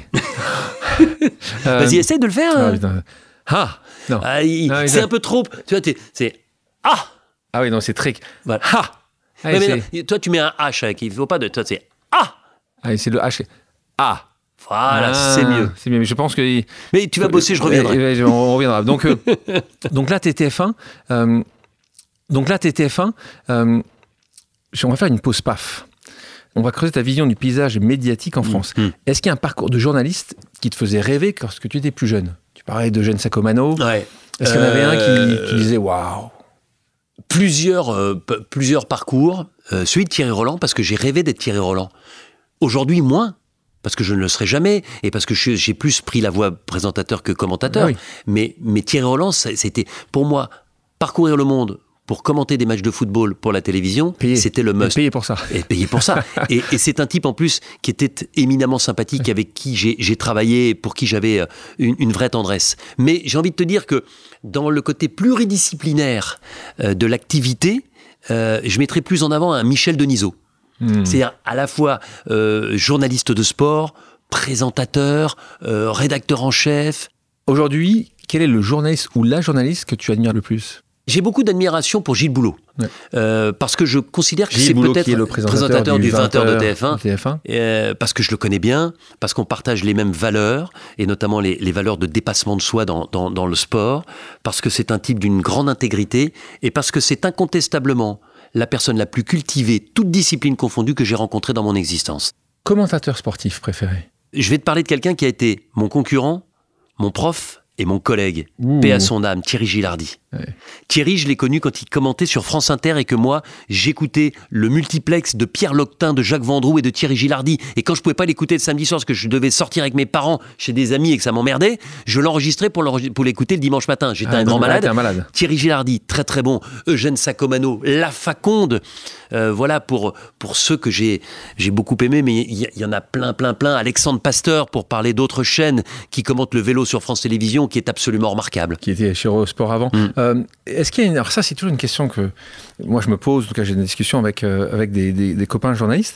euh, Vas-y, essaye de le faire. Ah, putain. Ah non. Ah, il, non c'est un peu trop... Tu vois, t'es, c'est « ah ». Ah oui, non, c'est très... Voilà. Ah Ah, ouais, mais non, toi, tu mets un H avec. Il ne faut pas de. Toi, c'est A. Ah, c'est le H. A. Voilà, ah, c'est mieux. C'est mieux. Mais je pense que. Mais tu vas bosser, je reviendrai. On reviendra. Donc, euh, donc là, t'es T F un. Euh, donc là, t'es T F un. Euh, on va faire une pause P A F. On va creuser ta vision du paysage médiatique en France. Mmh. Est-ce qu'il y a un parcours de journaliste qui te faisait rêver lorsque tu étais plus jeune? Tu parlais de Eugène Sacomano. Ouais. Est-ce qu'il y en avait euh... un qui, qui disait waouh? Plusieurs, euh, p- plusieurs parcours. Euh, celui de Thierry Roland, parce que j'ai rêvé d'être Thierry Roland. Aujourd'hui, moins. Parce que je ne le serai jamais, et parce que je, j'ai plus pris la voie présentateur que commentateur. Ah oui. mais, mais Thierry Roland, c'était, pour moi, parcourir le monde pour commenter des matchs de football pour la télévision, payer. C'était le must. Et payer pour ça. Et payer pour ça. et, et c'est un type, en plus, qui était éminemment sympathique, avec qui j'ai, j'ai travaillé, pour qui j'avais une, une vraie tendresse. Mais j'ai envie de te dire que dans le côté pluridisciplinaire euh, de l'activité, euh, je mettrais plus en avant un Michel Denisot. Mmh. C'est-à-dire à la fois euh, journaliste de sport, présentateur, euh, rédacteur en chef. Aujourd'hui, quel est le journaliste ou la journaliste que tu admires le plus? J'ai beaucoup d'admiration pour Gilles Boulot, ouais. euh, parce que je considère que Gilles c'est Boulot peut-être qui est le présentateur, présentateur du, du vingt heures de T F un, T F un. Euh, parce que je le connais bien, parce qu'on partage les mêmes valeurs, et notamment les, les valeurs de dépassement de soi dans, dans, dans le sport, parce que c'est un type d'une grande intégrité, et parce que c'est incontestablement la personne la plus cultivée, toute discipline confondue, que j'ai rencontrée dans mon existence. Commentateur sportif préféré? Je vais te parler de quelqu'un qui a été mon concurrent, mon prof et mon collègue, Ouh. paix à son âme, Thierry Gilardi. Ouais. Thierry, je l'ai connu quand il commentait sur France Inter et que moi, j'écoutais le multiplex de Pierre Loctin, de Jacques Vendroux et de Thierry Gilardi. Et quand je pouvais pas l'écouter le samedi soir parce que je devais sortir avec mes parents chez des amis et que ça m'emmerdait, je l'enregistrais pour, l'enregistrer, pour l'écouter le dimanche matin. J'étais ah, un grand malade. un malade. Thierry Gilardi, très très bon. Eugène Sacomano, La Faconde. Euh, voilà pour, pour ceux que j'ai, j'ai beaucoup aimés, mais il y, y en a plein, plein, plein. Alexandre Pasteur, pour parler d'autres chaînes qui commentent le vélo sur France Télévisions, qui est absolument remarquable. Qui était chez Eurosport avant. Mm. Euh, est-ce qu'il y a une... Alors ça, c'est toujours une question que moi je me pose, en tout cas j'ai des discussions avec, euh, avec des, des, des copains journalistes.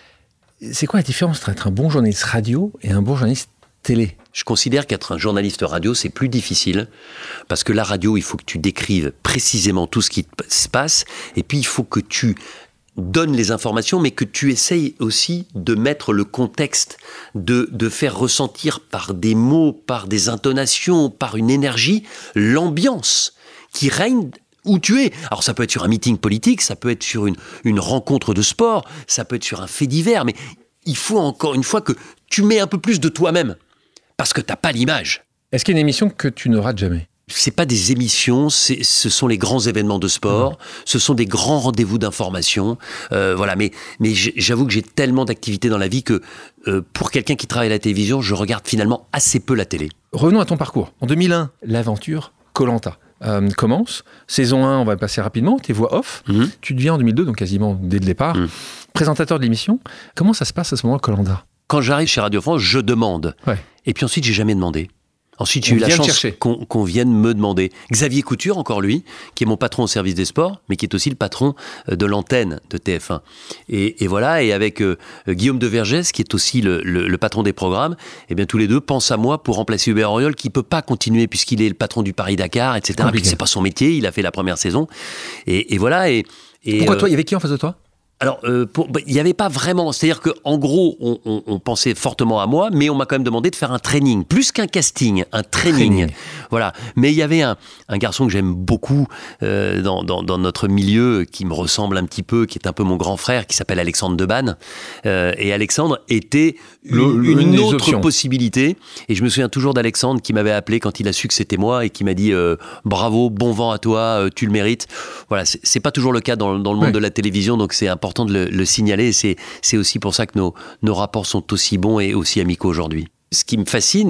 C'est quoi la différence entre être un bon journaliste radio et un bon journaliste télé? Je considère qu'être un journaliste radio, c'est plus difficile, parce que la radio, il faut que tu décrives précisément tout ce qui se passe, et puis il faut que tu donnes les informations, mais que tu essayes aussi de mettre le contexte, de, de faire ressentir par des mots, par des intonations, par une énergie, l'ambiance qui règne où tu es. Alors ça peut être sur un meeting politique, ça peut être sur une, une rencontre de sport, ça peut être sur un fait divers, mais il faut encore une fois que tu mets un peu plus de toi-même, parce que t'as pas l'image. Est-ce qu'il y a une émission que tu ne rates jamais? C'est pas des émissions, c'est, ce sont les grands événements de sport, mmh. ce sont des grands rendez-vous d'information. Euh, voilà, mais, mais j'avoue que j'ai tellement d'activités dans la vie que euh, pour quelqu'un qui travaille à la télévision, je regarde finalement assez peu la télé. Revenons à ton parcours. En deux mille un, l'aventure Koh-Lanta euh, commence. Saison un, on va passer rapidement, tes voix off. Mmh. Tu deviens en deux mille deux, donc quasiment dès le départ, mmh. présentateur de l'émission. Comment ça se passe à ce moment-là, Koh-Lanta? Quand j'arrive chez Radio France, je demande. Ouais. Et puis ensuite, j'ai jamais demandé. Ensuite, j'ai eu la chance qu'on, qu'on vienne me demander. Xavier Couture, encore lui, qui est mon patron au service des sports, mais qui est aussi le patron de l'antenne de T F un. Et, et voilà, et avec euh, Guillaume de Vergès, qui est aussi le, le, le patron des programmes, eh bien tous les deux pensent à moi pour remplacer Hubert Auriol, qui peut pas continuer puisqu'il est le patron du Paris-Dakar, et cetera. Puis c'est pas son métier, il a fait la première saison. Et, et voilà. Et, et Pourquoi euh, toi, il y avait qui en face de toi? Alors, euh, pour, bah, il n'y avait pas vraiment... C'est-à-dire qu'en gros, on, on, on pensait fortement à moi, mais on m'a quand même demandé de faire un training. Plus qu'un casting, un training. training. Voilà. Mais il y avait un, un garçon que j'aime beaucoup euh, dans, dans, dans notre milieu, qui me ressemble un petit peu, qui est un peu mon grand frère, qui s'appelle Alexandre Debanne. Euh, et Alexandre était une, le, une autre options. possibilité. Et je me souviens toujours d'Alexandre qui m'avait appelé quand il a su que c'était moi et qui m'a dit euh, « Bravo, bon vent à toi, euh, tu le mérites ». Voilà, c'est, c'est pas toujours le cas dans, dans le monde ouais. de la télévision, donc c'est important important de le, le signaler. C'est, c'est aussi pour ça que nos, nos rapports sont aussi bons et aussi amicaux aujourd'hui. Ce qui me fascine, et,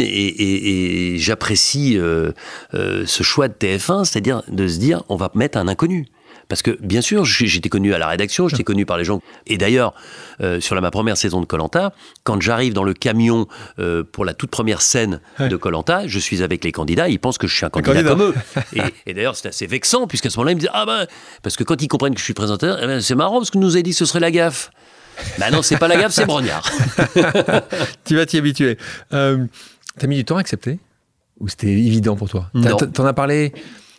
et, et j'apprécie euh, euh, ce choix de T F un, c'est-à-dire de se dire, on va mettre un inconnu. Parce que, bien sûr, j'étais connu à la rédaction, j'étais connu par les gens. Et d'ailleurs, euh, sur la, ma première saison de Koh-Lanta, quand j'arrive dans le camion euh, pour la toute première scène ouais. de Koh-Lanta, je suis avec les candidats, ils pensent que je suis un candidat, candidat. comme eux. Et, et d'ailleurs, c'est assez vexant, puisqu'à ce moment-là, ils me disent « Ah ben !» Parce que quand ils comprennent que je suis présentateur, eh ben, c'est marrant, parce qu'on nous a dit que ce serait la gaffe. Ben non, c'est pas la gaffe, c'est Brognard. Tu vas t'y habituer. Euh, t'as mis du temps à accepter ? Ou c'était évident pour toi ? Non. T'en as parlé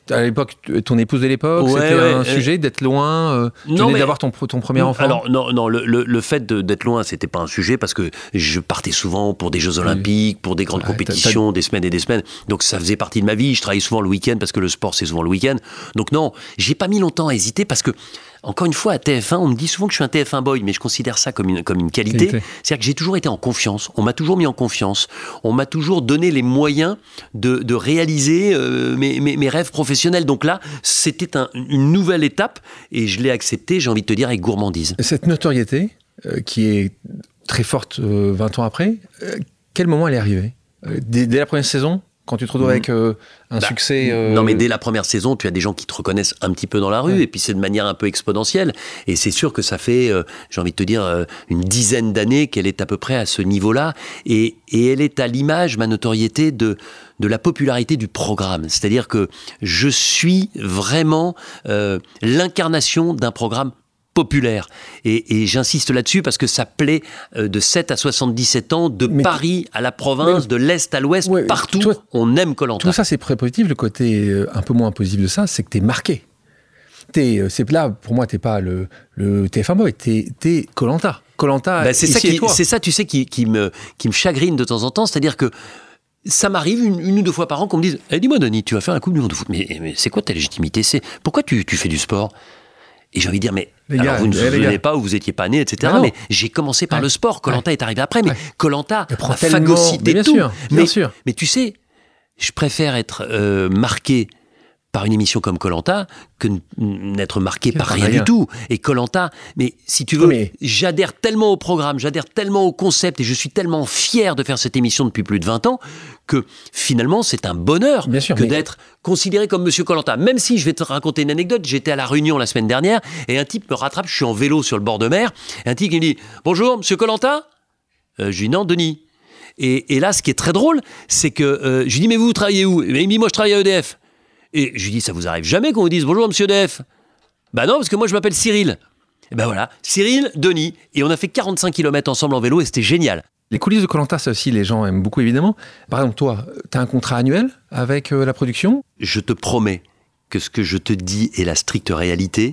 À l'époque, ton épouse de l'époque, ouais, c'était ouais, un euh, sujet d'être loin. Euh, tu non, venais mais, d'avoir ton, ton premier enfant. Alors non, non, le, le, le fait de, d'être loin, c'était pas un sujet parce que je partais souvent pour des Jeux Olympiques, pour des grandes ouais, compétitions, t'as, t'as... des semaines et des semaines. Donc ça faisait partie de ma vie. Je travaillais souvent le week-end parce que le sport c'est souvent le week-end. Donc non, j'ai pas mis longtemps à hésiter parce que encore une fois, à T F un, on me dit souvent que je suis un T F un boy, mais je considère ça comme une, comme une qualité. qualité. C'est-à-dire que j'ai toujours été en confiance. On m'a toujours mis en confiance. On m'a toujours donné les moyens de, de réaliser euh, mes, mes, mes rêves professionnels. Donc là, c'était un, une nouvelle étape et je l'ai accepté, j'ai envie de te dire, avec gourmandise. Cette notoriété euh, qui est très forte euh, vingt ans après, euh, quel moment elle est arrivée ? euh, dès, dès la première saison ? Quand tu te retrouves avec euh, un bah, succès... Euh... Non, mais dès la première saison, tu as des gens qui te reconnaissent un petit peu dans la rue, ouais. Et puis c'est de manière un peu exponentielle. Et c'est sûr que ça fait, euh, j'ai envie de te dire, euh, une dizaine d'années qu'elle est à peu près à ce niveau-là. Et, et elle est à l'image, ma notoriété, de, de la popularité du programme. C'est-à-dire que je suis vraiment euh, l'incarnation d'un programme populaire. Et, et j'insiste là-dessus parce que ça plaît euh, de sept à soixante-dix-sept ans, de mais Paris t- à la province, mais, de l'Est à l'Ouest, ouais, partout, toi, on aime Koh-Lanta. Tout ça, c'est très positif. Le côté euh, un peu moins positif de ça, c'est que t'es marqué. T'es, euh, c'est là, pour moi, t'es pas le, le T F un boy, t'es, t'es Koh-Lanta. Koh-Lanta, bah, c'est, ça qui, c'est ça, tu sais, qui, qui, me, qui me chagrine de temps en temps. C'est-à-dire que ça m'arrive une, une ou deux fois par an qu'on me dise hey, « dis-moi, Denis, tu vas faire la Coupe du Monde de foot. Mais, mais c'est quoi ta légitimité ? C'est, pourquoi tu, tu fais du sport ?» Et j'ai envie de dire, mais les alors gars, vous ne vous souvenez pas où vous étiez pas né, et cetera. Ah mais j'ai commencé par ouais. le sport. Koh-Lanta ouais. est arrivé après, mais ouais. Koh-Lanta a phagocyté bien tout. Sûr, bien mais, sûr. mais tu sais, je préfère être euh, marqué par une émission comme Koh-Lanta que n'être marqué par rien, rien du tout. Et Koh-Lanta, mais si tu veux, mais... j'adhère tellement au programme, j'adhère tellement au concept et je suis tellement fier de faire cette émission depuis plus de vingt ans que finalement c'est un bonheur Bien sûr, que mais... d'être considéré comme Monsieur Koh-Lanta. Même si je vais te raconter une anecdote, j'étais à La Réunion la semaine dernière et un type me rattrape, je suis en vélo sur le bord de mer, et un type qui me dit « Bonjour, Monsieur Koh-Lanta ?» euh, Je lui dis « Non, Denis. » Et, et là, ce qui est très drôle, c'est que euh, je lui dis « Mais vous, vous travaillez où ?» Et il me dit « Moi, je travaille à E D F. » Et je lui dis, ça vous arrive jamais qu'on vous dise bonjour monsieur E D F ? Bah non, parce que moi je m'appelle Cyril. Et ben voilà, Cyril, Denis. Et on a fait quarante-cinq kilomètres ensemble en vélo et c'était génial. Les coulisses de Koh-Lanta, ça aussi, les gens aiment beaucoup évidemment. Par exemple, toi, tu as un contrat annuel avec euh, la production ? Je te promets que ce que je te dis est la stricte réalité.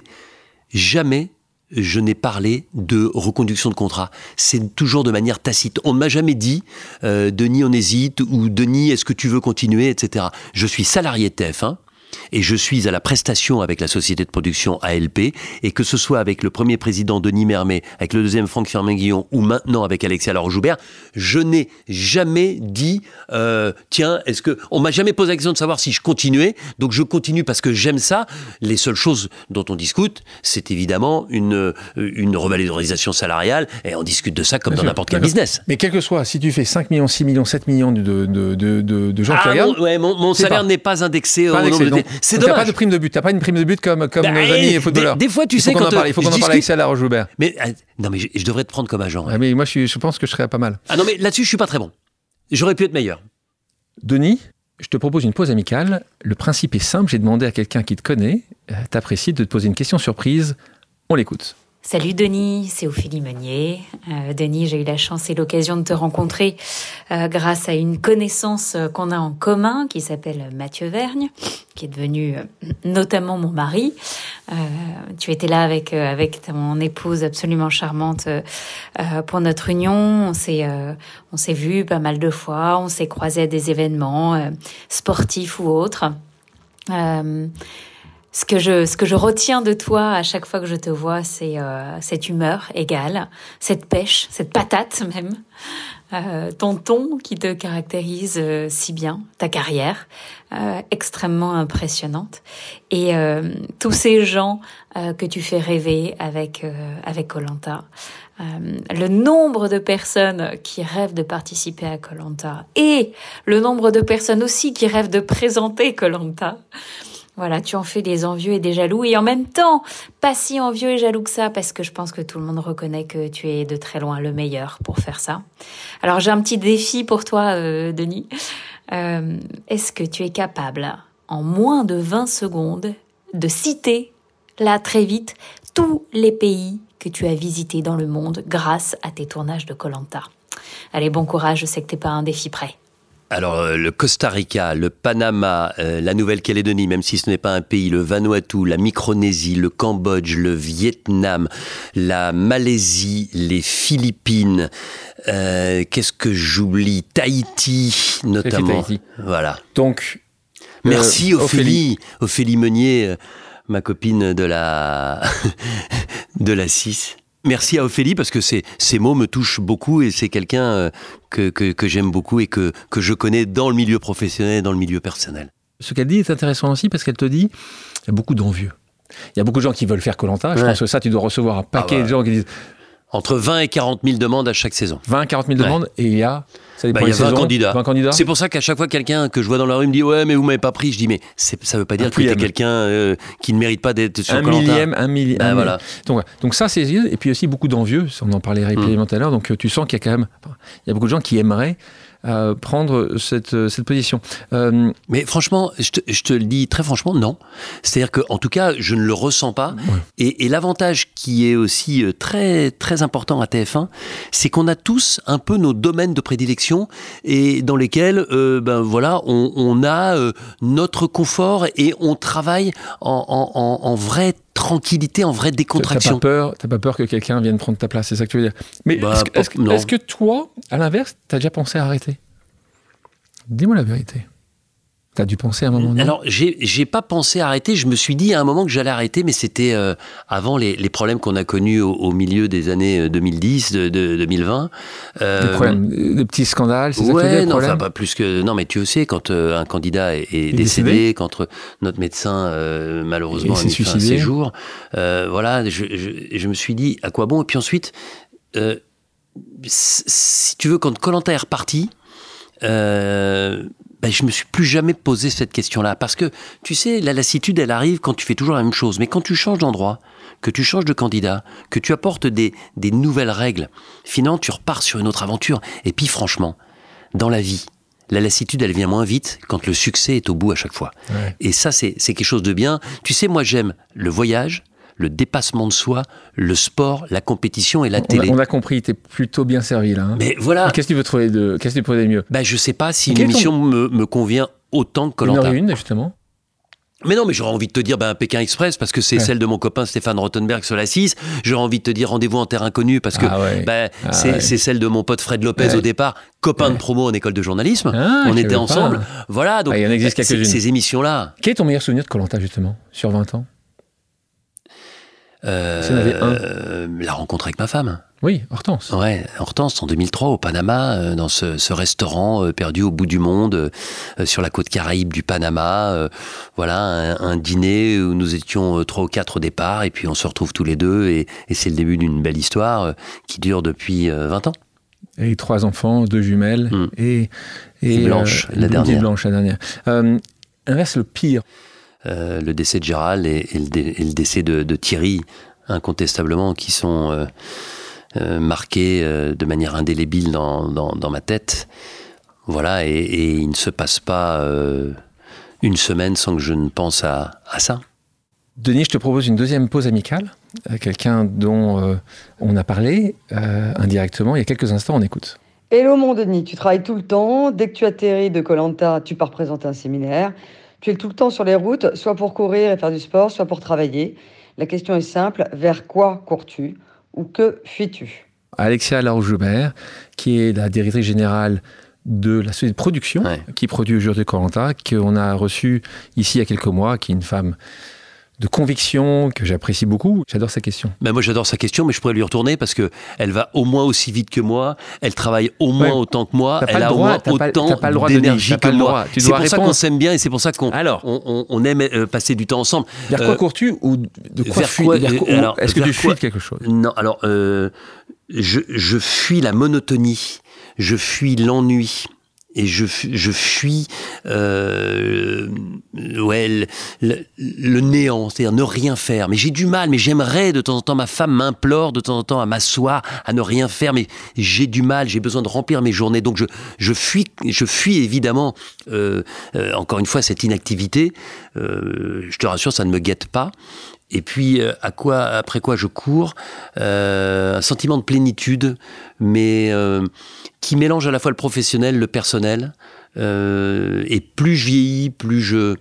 Jamais je n'ai parlé de reconduction de contrat. C'est toujours de manière tacite. On ne m'a jamais dit euh, Denis, on hésite, ou Denis, est-ce que tu veux continuer, et cetera. Je suis salarié de T F un. Et je suis à la prestation avec la société de production A L P, et que ce soit avec le premier président Denis Mermet, avec le deuxième Franck Firmin-Guillon, ou maintenant avec Alexia Laroche-Joubert, je n'ai jamais dit euh, tiens, est-ce que... On m'a jamais posé la question de savoir si je continuais, donc je continue parce que j'aime ça. Les seules choses dont on discute, c'est évidemment une, une revalorisation salariale, et on discute de ça comme Bien dans sûr, n'importe quel business. Mais quel que soit, si tu fais cinq millions, six millions, sept millions de, de, de, de, de gens ah, qui regardent... Mon, ouais, mon, mon salaire pas. n'est pas indexé pas au nombre de... Donc, c'est donc dommage. T'as pas de prime de but, t'as pas une prime de but comme, comme bah, nos amis footballeurs. Des, des fois, tu il sais, quand on en parle, il faut qu'on en parle avec Alexia Laroche-Joubert. Mais euh, non, mais je, je devrais te prendre comme agent. Ouais, ouais. Mais moi, je, suis, je pense que je serais pas mal. Ah non, mais là-dessus, je suis pas très bon. J'aurais pu être meilleur. Denis, je te propose une pause amicale. Le principe est simple. J'ai demandé à quelqu'un qui te connaît, euh, t'apprécie, de te poser une question surprise. On l'écoute. Salut Denis, c'est Ophélie Meunier. Euh, Denis, j'ai eu la chance et l'occasion de te rencontrer euh, grâce à une connaissance qu'on a en commun qui s'appelle Mathieu Vergne, qui est devenu euh, notamment mon mari. Euh, tu étais là avec euh, avec ton épouse absolument charmante euh, pour notre union. On s'est euh, on s'est vu pas mal de fois, on s'est croisés à des événements euh, sportifs ou autres. Euh, Ce que je, ce que je retiens de toi à chaque fois que je te vois, c'est euh, cette humeur égale, cette pêche, cette patate même, euh, ton ton qui te caractérise euh, si bien, ta carrière euh, extrêmement impressionnante, et euh, tous ces gens euh, que tu fais rêver avec euh, avec Koh-Lanta. Euh, le nombre de personnes qui rêvent de participer à Koh-Lanta et le nombre de personnes aussi qui rêvent de présenter Koh-Lanta. Voilà, tu en fais des envieux et des jaloux, et en même temps, pas si envieux et jaloux que ça, parce que je pense que tout le monde reconnaît que tu es de très loin le meilleur pour faire ça. Alors j'ai un petit défi pour toi, euh, Denis. Euh, est-ce que tu es capable, en moins de vingt secondes, de citer, là très vite, tous les pays que tu as visités dans le monde grâce à tes tournages de Koh-Lanta ? Allez, bon courage, je sais que t'es pas un défi prêt. Alors, euh, le Costa Rica, le Panama, euh, la Nouvelle-Calédonie, même si ce n'est pas un pays, le Vanuatu, la Micronésie, le Cambodge, le Vietnam, la Malaisie, les Philippines, euh, qu'est-ce que j'oublie ? Tahiti, notamment. Tahiti. Voilà. Donc, merci euh, Ophélie, Ophélie Meunier, euh, ma copine de la de la six. Merci à Ophélie parce que ces, ces mots me touchent beaucoup et c'est quelqu'un euh, que, que, que j'aime beaucoup et que, que je connais dans le milieu professionnel et dans le milieu personnel. Ce qu'elle dit est intéressant aussi parce qu'elle te dit il y a beaucoup d'envieux. Il y a beaucoup de gens qui veulent faire Koh Lanta. Je ouais. pense que ça, tu dois recevoir un paquet ah bah, de gens qui disent... Entre vingt et quarante mille demandes à chaque saison. vingt à quarante mille ouais. demandes et il y a... Ça bah, il y a vingt saisons, candidats. vingt candidats. C'est pour ça qu'à chaque fois, quelqu'un que je vois dans la rue me dit « Ouais, mais vous m'avez pas pris ». Je dis « Mais c'est, ça veut pas dire un que tu es quelqu'un euh, qui ne mérite pas d'être sur Koh Lanta ». Un millième, un millième. Ben, voilà. Donc, donc ça, c'est... Et puis aussi beaucoup d'envieux, on en parlait régulièrement tout à l'heure. Donc tu sens qu'il y a quand même... Il y a beaucoup de gens qui aimeraient euh, prendre cette, cette position. Euh, mais franchement, je te, je te le dis très franchement, non. C'est-à-dire qu'en tout cas, je ne le ressens pas. Ouais. Et, et l'avantage qui est aussi très, très important à T F un, c'est qu'on a tous un peu nos domaines de prédilection et dans lesquels euh, ben, voilà, on, on a euh, notre confort et on travaille en, en, en vraie tranquillité, en vraie décontraction. T'as pas peur, t'as pas peur que quelqu'un vienne prendre ta place, c'est ça que tu veux dire. Mais bah, est-ce, est-ce, est-ce, est-ce que toi, à l'inverse, t'as déjà pensé à arrêter ? Dis-moi la vérité. T'as dû penser à un moment donné ? Alors, j'ai, j'ai pas pensé à arrêter. Je me suis dit à un moment que j'allais arrêter, mais c'était euh, avant les, les problèmes qu'on a connus au, au milieu des années deux mille dix, de, de, deux mille vingt. Euh, des problèmes, des petits scandales, c'est ouais, ça que tu veux dire, non, enfin pas plus que. Non, mais tu sais, quand euh, un candidat est, est décédé, décédé, quand euh, notre médecin euh, malheureusement a mis fin à ses jours, euh, voilà, je, je, je me suis dit à quoi bon. Et puis ensuite, euh, si tu veux, quand Koh Lanta est reparti. Euh, ben, je me suis plus jamais posé cette question-là parce que tu sais, la lassitude elle arrive quand tu fais toujours la même chose, mais quand tu changes d'endroit, que tu changes de candidat, que tu apportes des, des nouvelles règles, finalement tu repars sur une autre aventure. Et puis franchement, dans la vie, la lassitude elle vient moins vite quand le succès est au bout à chaque fois. Ouais. Et ça c'est, c'est quelque chose de bien. Tu sais, moi j'aime le voyage, le dépassement de soi, le sport, la compétition et la on télé. A, on a compris, t'es plutôt bien servi là. Hein. Mais voilà. Et qu'est-ce que tu veux trouver de, qu'est-ce que tu peux trouver de mieux ? Ben je sais pas si une émission ton... me, me convient autant que Koh Lanta. Il y en aurait une justement. Mais non, mais j'aurais envie de te dire ben, Pékin Express parce que c'est ouais. celle de mon copain Stéphane Rothenberg sur la six. J'aurais envie de te dire Rendez-vous en terre inconnue parce que ah ouais. ben, ah c'est, ouais. c'est celle de mon pote Fred Lopez ouais. au départ, copain ouais. de promo en école de journalisme. Ah, on était ensemble. Pas. Voilà, donc ah, il y en existe quelques-unes. Ces émissions-là. Quel est ton meilleur souvenir de Koh Lanta justement sur vingt ans ? Euh, euh, la rencontre avec ma femme. Oui, Hortense. Ouais, Hortense en deux mille trois au Panama, euh, dans ce, ce restaurant euh, perdu au bout du monde, euh, sur la côte Caraïbe du Panama. Euh, voilà, un, un dîner où nous étions euh, trois ou quatre au départ, et puis on se retrouve tous les deux, et, et c'est le début d'une belle histoire euh, qui dure depuis euh, vingt ans. Et trois enfants, deux jumelles, mmh. et, et, et Blanche, euh, la dernière. Blanche, la dernière. Euh, inverse, le pire. Euh, le décès de Gérald et, et, le, dé, et le décès de, de Thierry, incontestablement, qui sont euh, euh, marqués euh, de manière indélébile dans, dans, dans ma tête. Voilà, et, et il ne se passe pas euh, une semaine sans que je ne pense à, à ça. Denis, je te propose une deuxième pause amicale, à quelqu'un dont euh, on a parlé euh, indirectement il y a quelques instants, on écoute. Hello mon Denis, tu travailles tout le temps, dès que tu atterris de Koh Lanta, tu pars présenter un séminaire. Tu es tout le temps sur les routes, soit pour courir et faire du sport, soit pour travailler. La question est simple, vers quoi cours-tu ou que fuis-tu ? Alexia Larouche-Joubert, qui est la directrice générale de la société de production, ouais. qui produit aujourd'hui Koh Lanta, qu'on a reçue ici il y a quelques mois, qui est une femme de conviction que j'apprécie beaucoup. J'adore sa question. Ben moi j'adore sa question, mais je pourrais lui retourner parce que elle va au moins aussi vite que moi, elle travaille au moins ouais. autant que moi, elle a droit, au moins autant pas, pas le droit d'énergie de que moi. Tu c'est dois pour répondre. ça qu'on s'aime bien et c'est pour ça qu'on alors, on, on, on aime euh, passer du temps ensemble. Vers quoi euh, cours-tu ou de quoi vers quoi, vers quoi, alors, est-ce que tu fuis de quelque chose ? Non, alors euh, je, je fuis la monotonie, je fuis l'ennui. Et je, je fuis euh, ouais, le, le, le néant, c'est-à-dire ne rien faire. Mais j'ai du mal, mais j'aimerais de temps en temps, ma femme m'implore de temps en temps à m'asseoir, à ne rien faire, mais j'ai du mal, j'ai besoin de remplir mes journées. Donc je, je, fuis, je fuis évidemment, euh, euh, encore une fois, cette inactivité. Euh, je te rassure, ça ne me guette pas. Et puis, euh, à quoi, après quoi je cours, euh, un sentiment de plénitude, mais euh, qui mélange à la fois le professionnel, le personnel. Euh, et plus je vieillis, plus je,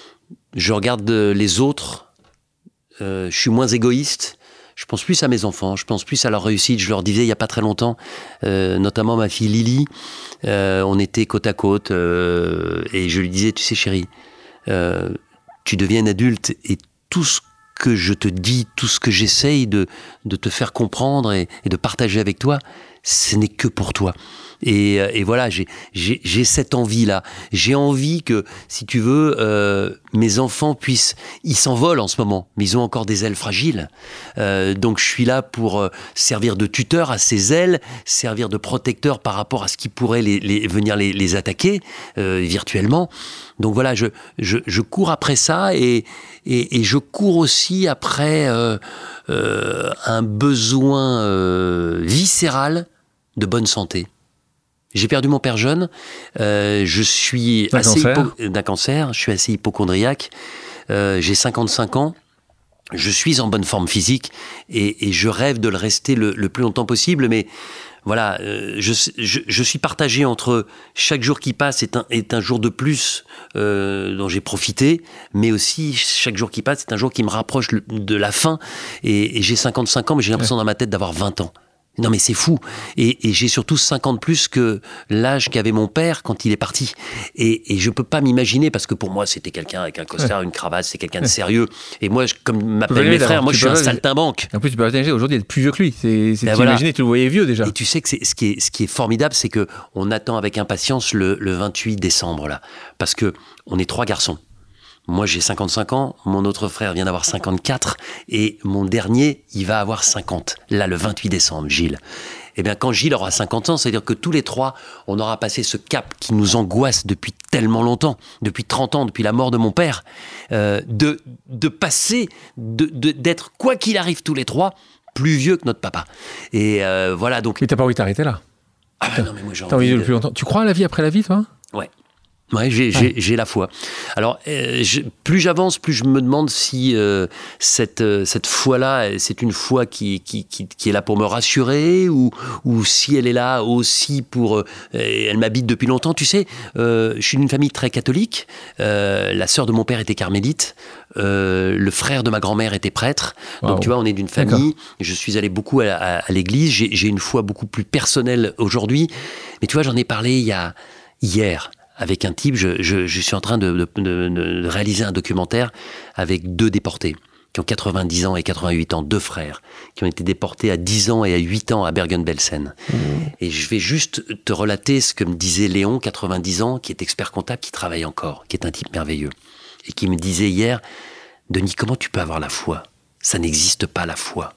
je regarde les autres, euh, je suis moins égoïste. Je pense plus à mes enfants, je pense plus à leur réussite. Je leur disais il n'y a pas très longtemps, euh, notamment ma fille Lily, euh, on était côte à côte, euh, et je lui disais, tu sais chérie, euh, tu deviens adulte et tout ce que je te dis, tout ce que j'essaye de, de te faire comprendre et, et de partager avec toi, ce n'est que pour toi. Et, et voilà, j'ai, j'ai, j'ai cette envie-là. J'ai envie que, si tu veux, euh, mes enfants puissent... Ils s'envolent en ce moment, mais ils ont encore des ailes fragiles. Euh, donc je suis là pour euh, servir de tuteur à ces ailes, servir de protecteur par rapport à ce qui pourrait les, les, venir les, les attaquer euh, virtuellement. Donc voilà, je, je, je cours après ça et, et, et je cours aussi après euh, euh, un besoin euh, viscéral de bonne santé. J'ai perdu mon père jeune, euh, je suis d'un assez cancer. hypo- d'un cancer, je suis assez hypochondriaque, euh, j'ai cinquante-cinq ans, je suis en bonne forme physique et, et je rêve de le rester le, le plus longtemps possible, mais voilà, euh, je, je, je suis partagé entre chaque jour qui passe est un, est un jour de plus euh, dont j'ai profité, mais aussi chaque jour qui passe est un jour qui me rapproche de la fin, et, et j'ai cinquante-cinq ans, mais j'ai l'impression dans ma tête d'avoir vingt ans. Non mais c'est fou, et, et j'ai surtout cinquante plus que l'âge qu'avait mon père quand il est parti, et, et je peux pas m'imaginer, parce que pour moi c'était quelqu'un avec un costard, ouais. une cravate, c'est quelqu'un de sérieux, et moi je, comme m'appellent mes frères, moi je suis un saltimbanque. En plus tu peux pas t'imaginer aujourd'hui être plus vieux que lui, c'est, c'est ben tu voilà. Imaginer, tu le voyais vieux déjà. Et tu sais que c'est, ce, qui est, ce qui est formidable, c'est que on attend avec impatience le, le vingt-huit décembre là, parce que on est trois garçons. Moi, j'ai cinquante-cinq ans, mon autre frère vient d'avoir cinquante-quatre, et mon dernier, il va avoir cinquante. Là, le vingt-huit décembre, Gilles. Eh bien, quand Gilles aura cinquante ans, c'est-à-dire que tous les trois, on aura passé ce cap qui nous angoisse depuis tellement longtemps, depuis trente ans, depuis la mort de mon père, euh, de, de passer, de, de, d'être, quoi qu'il arrive tous les trois, plus vieux que notre papa. Et euh, voilà, donc... Mais t'as pas envie de t'arrêter là? Ah bah non, mais moi j'ai T'as envie de envie vivre plus longtemps. Tu crois à la vie après la vie, toi? Ouais. Ouais, j'ai, ouais. j'ai, j'ai la foi. Alors, euh, je, plus j'avance, plus je me demande si euh, cette, euh, cette foi-là, c'est une foi qui, qui, qui, qui est là pour me rassurer, ou, ou si elle est là aussi pour... Euh, elle m'habite depuis longtemps, tu sais. Euh, je suis d'une famille très catholique. Euh, la sœur de mon père était carmélite. Euh, le frère de ma grand-mère était prêtre. Wow. Donc, tu vois, on est d'une famille. D'accord. Je suis allé beaucoup à, à, à l'église. J'ai, j'ai une foi beaucoup plus personnelle aujourd'hui. Mais tu vois, j'en ai parlé il y a, hier. Avec un type, je, je, je suis en train de, de, de, de réaliser un documentaire avec deux déportés qui ont quatre-vingt-dix ans et quatre-vingt-huit ans, deux frères, qui ont été déportés à dix ans et à huit ans à Bergen-Belsen. Mmh. Et je vais juste te relater ce que me disait Léon, quatre-vingt-dix ans, qui est expert comptable, qui travaille encore, qui est un type merveilleux, et qui me disait hier, Denis, comment tu peux avoir la foi ? Ça n'existe pas, la foi.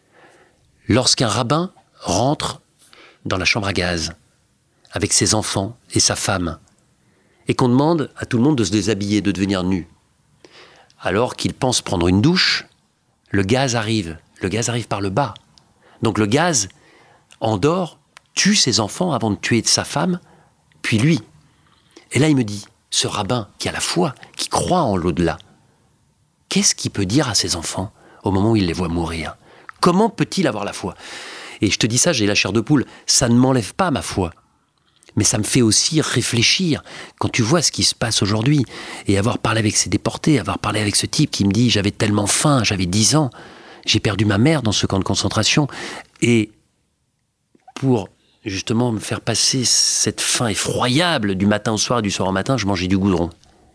Lorsqu'un rabbin rentre dans la chambre à gaz avec ses enfants et sa femme, et qu'on demande à tout le monde de se déshabiller, de devenir nu, alors qu'il pense prendre une douche, le gaz arrive. Le gaz arrive par le bas. Donc le gaz endort, tue ses enfants avant de tuer sa femme, puis lui. Et là, il me dit, ce rabbin qui a la foi, qui croit en l'au-delà, qu'est-ce qu'il peut dire à ses enfants au moment où il les voit mourir ? Comment peut-il avoir la foi ? Et je te dis ça, j'ai la chair de poule. Ça ne m'enlève pas ma foi. Mais ça me fait aussi réfléchir quand tu vois ce qui se passe aujourd'hui, et avoir parlé avec ces déportés, avoir parlé avec ce type qui me dit « j'avais tellement faim, j'avais dix ans, j'ai perdu ma mère dans ce camp de concentration ». Et pour justement me faire passer cette faim effroyable du matin au soir et du soir au matin, je mangeais du goudron.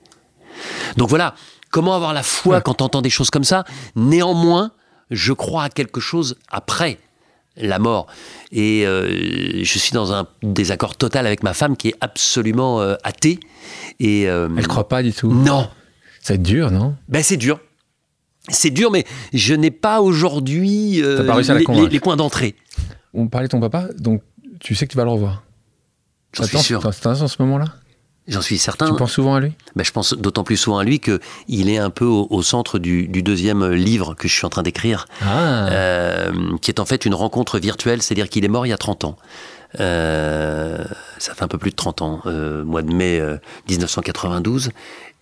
Donc voilà, comment avoir la foi ouais. quand tu entends des choses comme ça ? Néanmoins, je crois à quelque chose après la mort. Et euh, je suis dans un désaccord total avec ma femme qui est absolument euh, athée. Et, euh, elle ne croit pas du tout. Non. Ça va être dur, non ? Ben c'est dur. C'est dur, mais je n'ai pas aujourd'hui euh, pas réussi à la les, convaincre. les, les points d'entrée. On parlait de ton papa, donc tu sais que tu vas le revoir. J'en Attends, suis sûr. C'est intense en ce moment-là ? J'en suis certain. Tu penses souvent à lui ? Ben, je pense d'autant plus souvent à lui qu'il est un peu au, au centre du, du deuxième livre que je suis en train d'écrire, ah. euh, qui est en fait une rencontre virtuelle, c'est-à-dire qu'il est mort il y a trente ans. Euh, ça fait un peu plus de trente ans, euh, mois de mai euh, dix-neuf cent quatre-vingt-douze.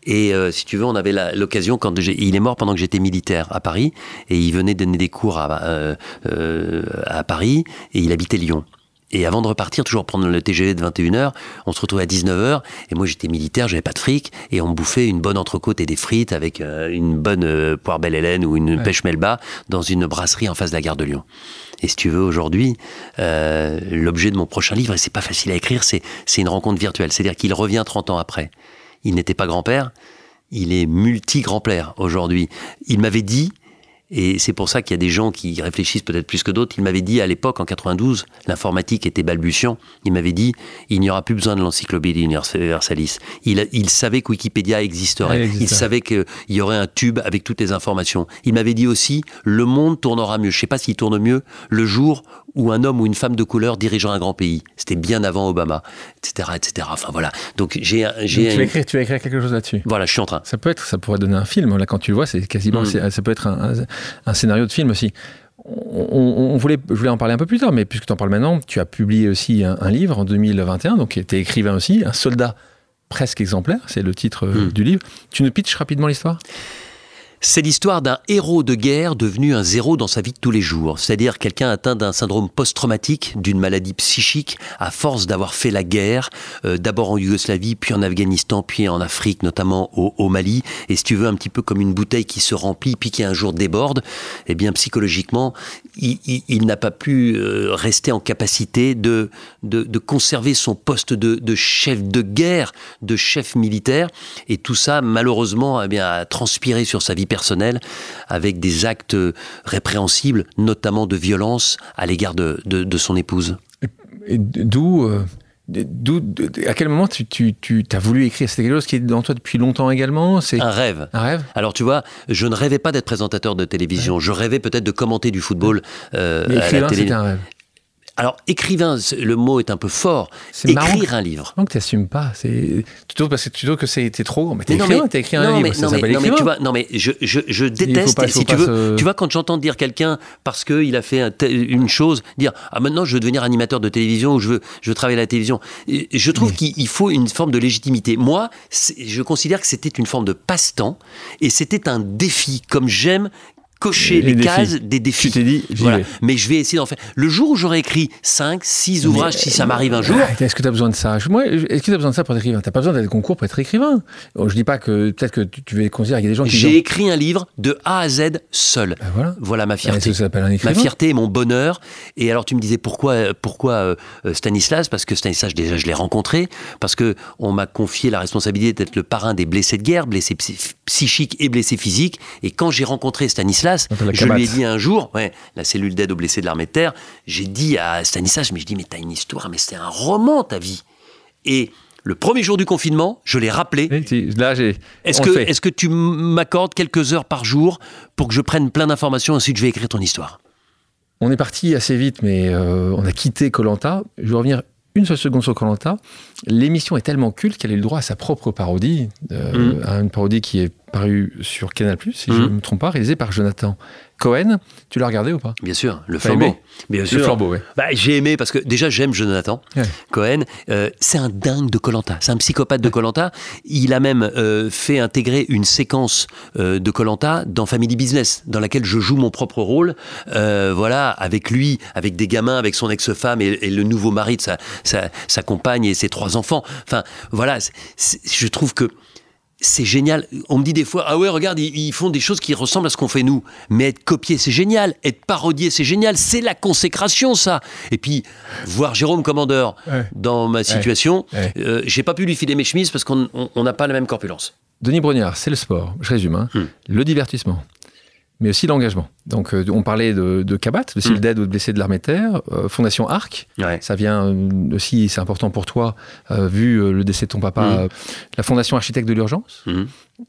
Et euh, si tu veux, on avait la, l'occasion, quand j'ai, il est mort pendant que j'étais militaire à Paris, et il venait donner des cours à, euh, euh, à Paris, et il habitait Lyon. Et avant de repartir, toujours prendre le T G V de vingt et une heures, on se retrouvait à dix-neuf heures, et moi j'étais militaire, j'avais pas de fric, et on me bouffait une bonne entrecôte et des frites avec euh, une bonne euh, poire Belle Hélène ou une ouais. pêche Melba dans une brasserie en face de la gare de Lyon. Et si tu veux, aujourd'hui, euh, l'objet de mon prochain livre, et c'est pas facile à écrire, c'est, c'est une rencontre virtuelle. C'est-à-dire qu'il revient trente ans après. Il n'était pas grand-père, il est multi-grand-père aujourd'hui. Il m'avait dit, et c'est pour ça qu'il y a des gens qui réfléchissent peut-être plus que d'autres, il m'avait dit à l'époque, en quatre-vingt-douze, l'informatique était balbutiant, il m'avait dit, il n'y aura plus besoin de l'encyclopédie universalis. Il, il savait que Wikipédia existerait, il, il savait qu'il y aurait un tube avec toutes les informations. Il m'avait dit aussi, le monde tournera mieux, je ne sais pas s'il tourne mieux, le jour où un homme ou une femme de couleur dirigera un grand pays. C'était bien avant Obama, et cetera, et cetera. Enfin voilà. Donc j'ai, j'ai Donc, tu, vas écrire, tu vas écrire quelque chose là-dessus. Voilà, je suis en train. Ça peut être, ça pourrait donner un film. Là, quand tu le vois, c'est quasiment, mmh. c'est, ça peut être un, un, un scénario de film aussi. On, on, on voulait, je voulais en parler un peu plus tard, mais puisque tu en parles maintenant, tu as publié aussi un, un livre en deux mille vingt et un, donc tu es écrivain aussi, Un soldat presque exemplaire, c'est le titre mmh. du livre. Tu nous pitches rapidement l'histoire ? C'est l'histoire d'un héros de guerre devenu un zéro dans sa vie de tous les jours. C'est-à-dire quelqu'un atteint d'un syndrome post-traumatique, d'une maladie psychique, à force d'avoir fait la guerre, euh, d'abord en Yougoslavie, puis en Afghanistan, puis en Afrique, notamment au, au Mali. Et si tu veux, un petit peu comme une bouteille qui se remplit, puis qui un jour déborde, eh bien psychologiquement, il, il, il n'a pas pu euh, rester en capacité de, de, de conserver son poste de, de chef de guerre, de chef militaire. Et tout ça, malheureusement, eh bien, a transpiré sur sa vie personnel, avec des actes répréhensibles, notamment de violence à l'égard de, de, de son épouse. Et d'où, euh, d'où, à quel moment tu, tu, tu as voulu écrire ? C'était quelque chose qui est dans toi depuis longtemps également ? C'est un rêve. Un rêve. Alors tu vois, je ne rêvais pas d'être présentateur de télévision. Ouais. Je rêvais peut-être de commenter du football euh, Mais écrivain, à la télé. C'était un rêve. Alors, écrivain, le mot est un peu fort. C'est écrire marrant. Un livre. Non, que tu n'assumes pas. C'est plutôt parce que tu trouves que c'était trop. Mais t'es écrivain, t'as écrit un non, livre. Mais, ça non, s'appelle mais, non, mais tu vois, écrivain. non, mais je, je, je déteste. Pas, si tu veux, se... tu vois, quand j'entends dire quelqu'un parce qu'il a fait un une chose, dire ah maintenant je veux devenir animateur de télévision ou je veux, je veux travailler à la télévision. Je trouve mais... qu'il faut une forme de légitimité. Moi, je considère que c'était une forme de passe-temps et c'était un défi, comme j'aime. Cocher les, les cases des défis. Tu t'es dit, j'y voilà. vais. Mais je vais essayer d'en faire. Le jour où j'aurai écrit cinq, six ouvrages, mais, si ça m'arrive un jour. Est-ce que tu as besoin de ça ? Moi, est-ce que tu as besoin de ça pour être écrivain ? Tu n'as pas besoin d'être concours pour être écrivain. Je ne dis pas que peut-être que tu, tu vas considérer qu'il y a des gens qui. J'ai disent... écrit un livre de A à Z seul. Ben voilà. Voilà ma fierté. Est-ce que ça s'appelle un écrivain ? Ma fierté et mon bonheur. Et alors tu me disais pourquoi, pourquoi euh, Stanislas ? Parce que Stanislas, déjà, je l'ai rencontré. Parce qu'on m'a confié la responsabilité d'être le parrain des blessés de guerre, blessés psychiques et blessés physiques. Et quand j'ai rencontré Stanislas, je lui ai dit un jour, ouais, la cellule d'aide aux blessés de l'armée de terre, j'ai dit à Stanislas, mais je dis, mais t'as une histoire, mais c'est un roman, ta vie. Et le premier jour du confinement, je l'ai rappelé. Là, j'ai... Est-ce que, est-ce que tu m'accordes quelques heures par jour pour que je prenne plein d'informations, ensuite je vais écrire ton histoire ? On est parti assez vite, mais euh, on a quitté Koh-Lanta. Je vais revenir une seule seconde sur Koh-Lanta. L'émission est tellement culte qu'elle a eu le droit à sa propre parodie, euh, mmh. à une parodie qui est parue sur Canal+, si mmh. je ne me trompe pas, réalisée par Jonathan Cohen. Tu l'as regardé ou pas ? Bien sûr, le flambeau. Bien sûr. Le flambeau, oui. Bah, j'ai aimé parce que déjà j'aime Jonathan ouais. Cohen. Euh, c'est un dingue de Koh-Lanta. C'est un psychopathe de Koh-Lanta. Il a même euh, fait intégrer une séquence euh, de Koh-Lanta dans Family Business, dans laquelle je joue mon propre rôle. Euh, voilà, avec lui, avec des gamins, avec son ex-femme et, et le nouveau mari de sa, sa, sa compagne et ses trois enfants. Enfin, voilà, c'est, c'est, je trouve que c'est génial. On me dit des fois, ah ouais, regarde, ils, ils font des choses qui ressemblent à ce qu'on fait nous. Mais être copié, c'est génial. Être parodié, c'est génial. C'est la consécration, ça. Et puis, voir Jérôme Commandeur ouais. dans ma situation, ouais. Ouais. Euh, j'ai pas pu lui filer mes chemises parce qu'on n'a pas la même corpulence. Denis Brognard, c'est le sport, je résume, hein. hmm. le divertissement, mais aussi l'engagement. Donc, euh, on parlait de, de Cabat, le cellule mmh. d'aide aux blessés de l'armée de terre, euh, Fondation Arc, ouais. ça vient euh, aussi, c'est important pour toi, euh, vu euh, le décès de ton papa, mmh. euh, la Fondation Architecte de l'Urgence, mmh.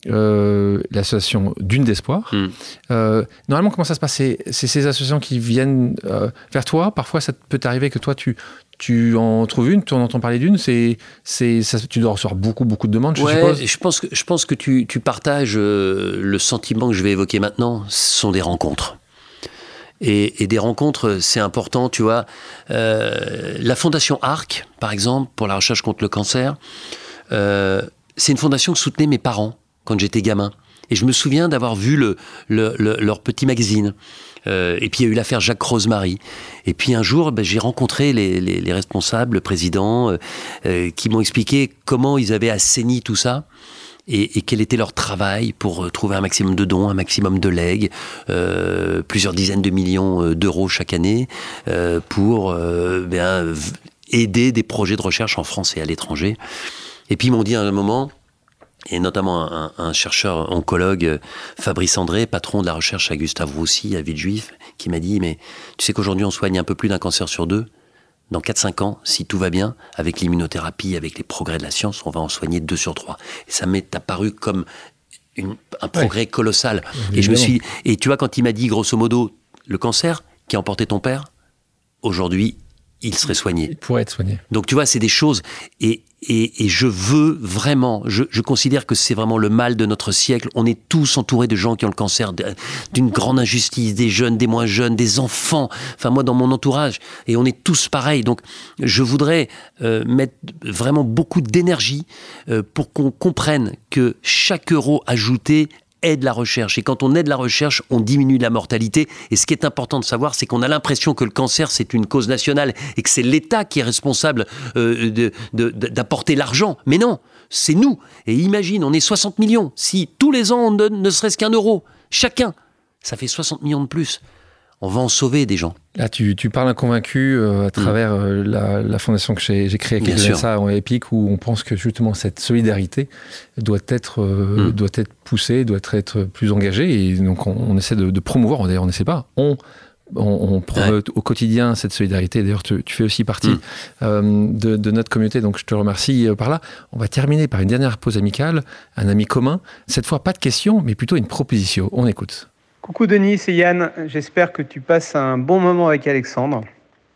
euh, l'association Dune d'Espoir. Mmh. Euh, normalement, comment ça se passe ? C'est, c'est ces associations qui viennent euh, vers toi. Parfois, ça peut t'arriver que toi, tu, tu en trouves une, tu en entends parler d'une, c'est, c'est, ça, tu dois recevoir beaucoup, beaucoup de demandes, je ouais, suppose. Je pense que, je pense que tu, tu partages euh, le sentiment que je vais évoquer maintenant, ce sont des rencontres. Et, et des rencontres, c'est important, tu vois. Euh, la Fondation Arc, par exemple, pour la recherche contre le cancer, euh, c'est une fondation que soutenaient mes parents quand j'étais gamin. Et je me souviens d'avoir vu le, le, le, leur petit magazine. Euh, et puis il y a eu l'affaire Jacques Rosemary. Et puis un jour, ben, j'ai rencontré les, les, les responsables, le président, euh, euh, qui m'ont expliqué comment ils avaient assaini tout ça. Et, et quel était leur travail pour trouver un maximum de dons, un maximum de legs, euh, plusieurs dizaines de millions d'euros chaque année, euh, pour euh, bien, aider des projets de recherche en France et à l'étranger. Et puis ils m'ont dit à un moment, et notamment un, un chercheur oncologue, Fabrice André, patron de la recherche à Gustave Roussy, à Villejuif, qui m'a dit, mais tu sais qu'aujourd'hui on soigne un peu plus d'un cancer sur deux. Dans quatre à cinq ans, si tout va bien, avec l'immunothérapie, avec les progrès de la science, on va en soigner deux sur trois. Et ça m'est apparu comme une, un progrès ouais. colossal. Évidemment. Et je me suis, et tu vois, quand il m'a dit, grosso modo, le cancer qui a emporté ton père, aujourd'hui, il serait soigné. Il pourrait être soigné. Donc tu vois, c'est des choses, et, et, et je veux vraiment, je, je considère que c'est vraiment le mal de notre siècle. On est tous entourés de gens qui ont le cancer, d'une grande injustice, des jeunes, des moins jeunes, des enfants, enfin moi dans mon entourage, et on est tous pareils. Donc je voudrais euh, mettre vraiment beaucoup d'énergie euh, pour qu'on comprenne que chaque euro ajouté aide la recherche. Et quand on aide la recherche, on diminue la mortalité. Et ce qui est important de savoir, c'est qu'on a l'impression que le cancer, c'est une cause nationale et que c'est l'État qui est responsable euh, de, de, d'apporter l'argent. Mais non, c'est nous. Et imagine, on est soixante millions. Si tous les ans, on donne ne serait-ce qu'un euro, chacun, ça fait soixante millions de plus. On va en sauver des gens. Là, tu, tu parles un convaincu euh, à travers mmh. euh, la, la fondation que j'ai, j'ai créée avec les ça en EPIC, où on pense que justement cette solidarité doit être, euh, mmh. doit être poussée, doit être plus engagée. Et donc, on, on essaie de, de promouvoir, d'ailleurs, on n'essaie pas, on, on, on promeut ouais. au quotidien cette solidarité. D'ailleurs, tu, tu fais aussi partie mmh. euh, de, de notre communauté, donc je te remercie euh, par là. On va terminer par une dernière pause amicale, un ami commun. Cette fois, pas de questions, mais plutôt une proposition. On écoute. Coucou Denis, c'est Yann. J'espère que tu passes un bon moment avec Alexandre.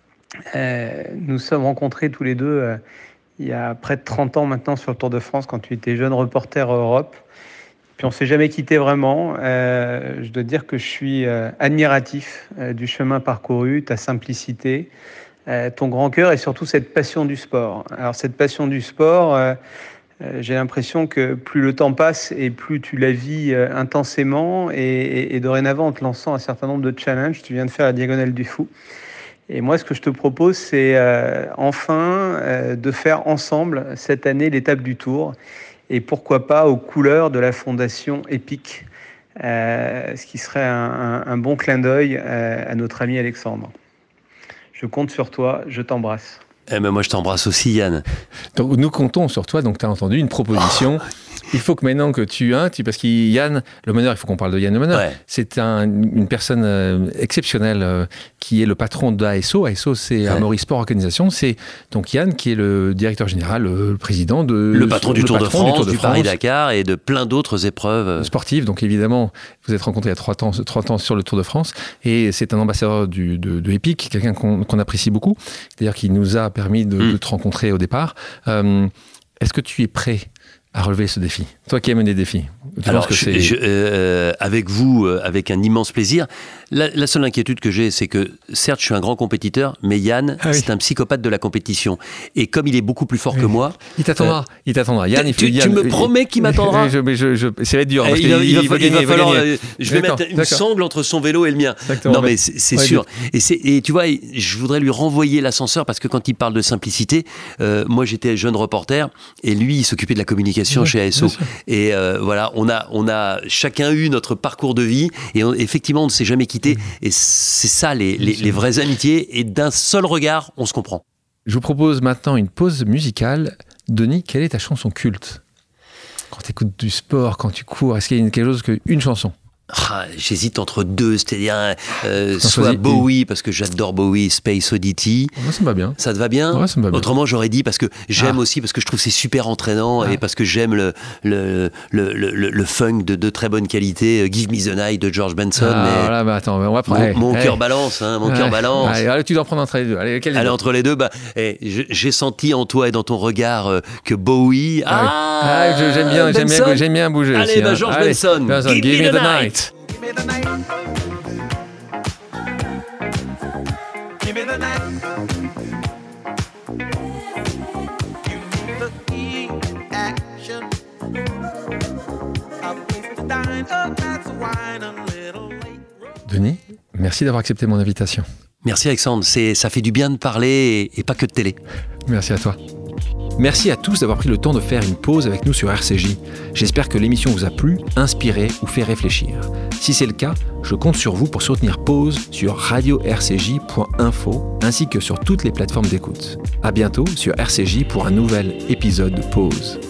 Euh, nous sommes rencontrés tous les deux euh, il y a près de trente ans maintenant sur le Tour de France, quand tu étais jeune reporter Europe. Puis on ne s'est jamais quitté vraiment. Euh, je dois te dire que je suis euh, admiratif euh, du chemin parcouru, ta simplicité, euh, ton grand cœur et surtout cette passion du sport. Alors cette passion du sport... Euh, Euh, j'ai l'impression que plus le temps passe et plus tu la vis euh, intensément et, et, et dorénavant en te lançant un certain nombre de challenges. Tu viens de faire la Diagonale du Fou. Et moi, ce que je te propose, c'est euh, enfin euh, de faire ensemble cette année l'étape du Tour et pourquoi pas aux couleurs de la fondation EPIC, euh, ce qui serait un, un, un bon clin d'œil euh, à notre ami Alexandre. Je compte sur toi, je t'embrasse. Eh ben moi, je t'embrasse aussi, Yann. Donc, nous comptons sur toi. Donc, tu as entendu une proposition. Oh. Il faut que maintenant que tu... Hein, tu parce que Yann Le Meneur, il faut qu'on parle de Yann Le Meneur. Ouais. C'est un, une personne euh, exceptionnelle euh, qui est le patron d'A S O. A S O, c'est ouais. Amaury Sport Organisation. C'est donc Yann qui est le directeur général, le président de... Le patron, du, le Tour patron de France, du, Tour de du Paris-Dakar et de plein d'autres épreuves. Sportives. Donc, évidemment, vous êtes rencontrés il y a trois ans, trois ans sur le Tour de France. Et c'est un ambassadeur du, de, de EPIC, quelqu'un qu'on, qu'on apprécie beaucoup. D'ailleurs, qui nous a permis de, mmh. de te rencontrer au départ. Euh, est-ce que tu es prêt à relever ce défi? Toi qui aimes des défis. Tu Alors, que je, c'est... je, euh, avec vous, euh, avec un immense plaisir. La, la seule inquiétude que j'ai, c'est que, certes, je suis un grand compétiteur, mais Yann, ah, oui. c'est un psychopathe de la compétition. Et comme il est beaucoup plus fort oui. que moi... Il t'attendra, euh, il t'attendra. Yann, il tu, Yann, tu me promets qu'il m'attendra? je, je, je, Ça va être dur. Parce il, va, il, il, va, il, il va falloir... Euh, je vais mettre une d'accord. sangle entre son vélo et le mien. Exactement, non, mais c'est, c'est ouais, sûr. Et, c'est, et tu vois, je voudrais lui renvoyer l'ascenseur, parce que quand il parle de simplicité, euh, moi, j'étais jeune reporter, et lui, il s'occupait de la communication oui, chez A S O. Et euh, voilà, on a, on a chacun eu notre parcours de vie, et on, effectivement, on ne s'est jamais quitté. Mmh. Et c'est ça, les, les, les vraies amitiés, et d'un seul regard, on se comprend. Je vous propose maintenant une pause musicale. Denis, quelle est ta chanson culte? Quand tu écoutes du sport, quand tu cours, est-ce qu'il y a quelque chose que une chanson? Ah, j'hésite entre deux, c'est-à-dire euh, soit Bowie, parce que j'adore Bowie, Space Oddity. Moi, ça me va bien. Ça te va bien? Ouais, ça me va bien. Autrement, j'aurais dit parce que j'aime ah. aussi, parce que je trouve que c'est super entraînant ah. et parce que j'aime le, le, le, le, le funk de, de très bonne qualité, Give Me the Night de George Benson. Ah, mais voilà, bah attends, on va prendre. Mon, hey, mon hey. cœur balance, hein, mon hey. cœur balance. Allez, allez, tu dois prendre entre les deux. Allez, allez entre les deux, bah, hey, j'ai senti en toi et dans ton regard euh, que Bowie. Ah, ah, ah j'aime bien, j'aime bien, j'aime bien bouger. Allez, aussi, bah, hein. George allez, Benson. Benson. Give, Give me the, the night. night. Give me the night. Give me the night. Give me the key action. a glass of wine a little late. Denis, merci d'avoir accepté mon invitation. Merci Alexandre, c'est, ça fait du bien de parler et, et pas que de télé. Merci à toi. Merci à tous d'avoir pris le temps de faire une pause avec nous sur R C J. J'espère que l'émission vous a plu, inspiré ou fait réfléchir. Si c'est le cas, je compte sur vous pour soutenir Pause sur radio r c j point info ainsi que sur toutes les plateformes d'écoute. À bientôt sur R C J pour un nouvel épisode de Pause.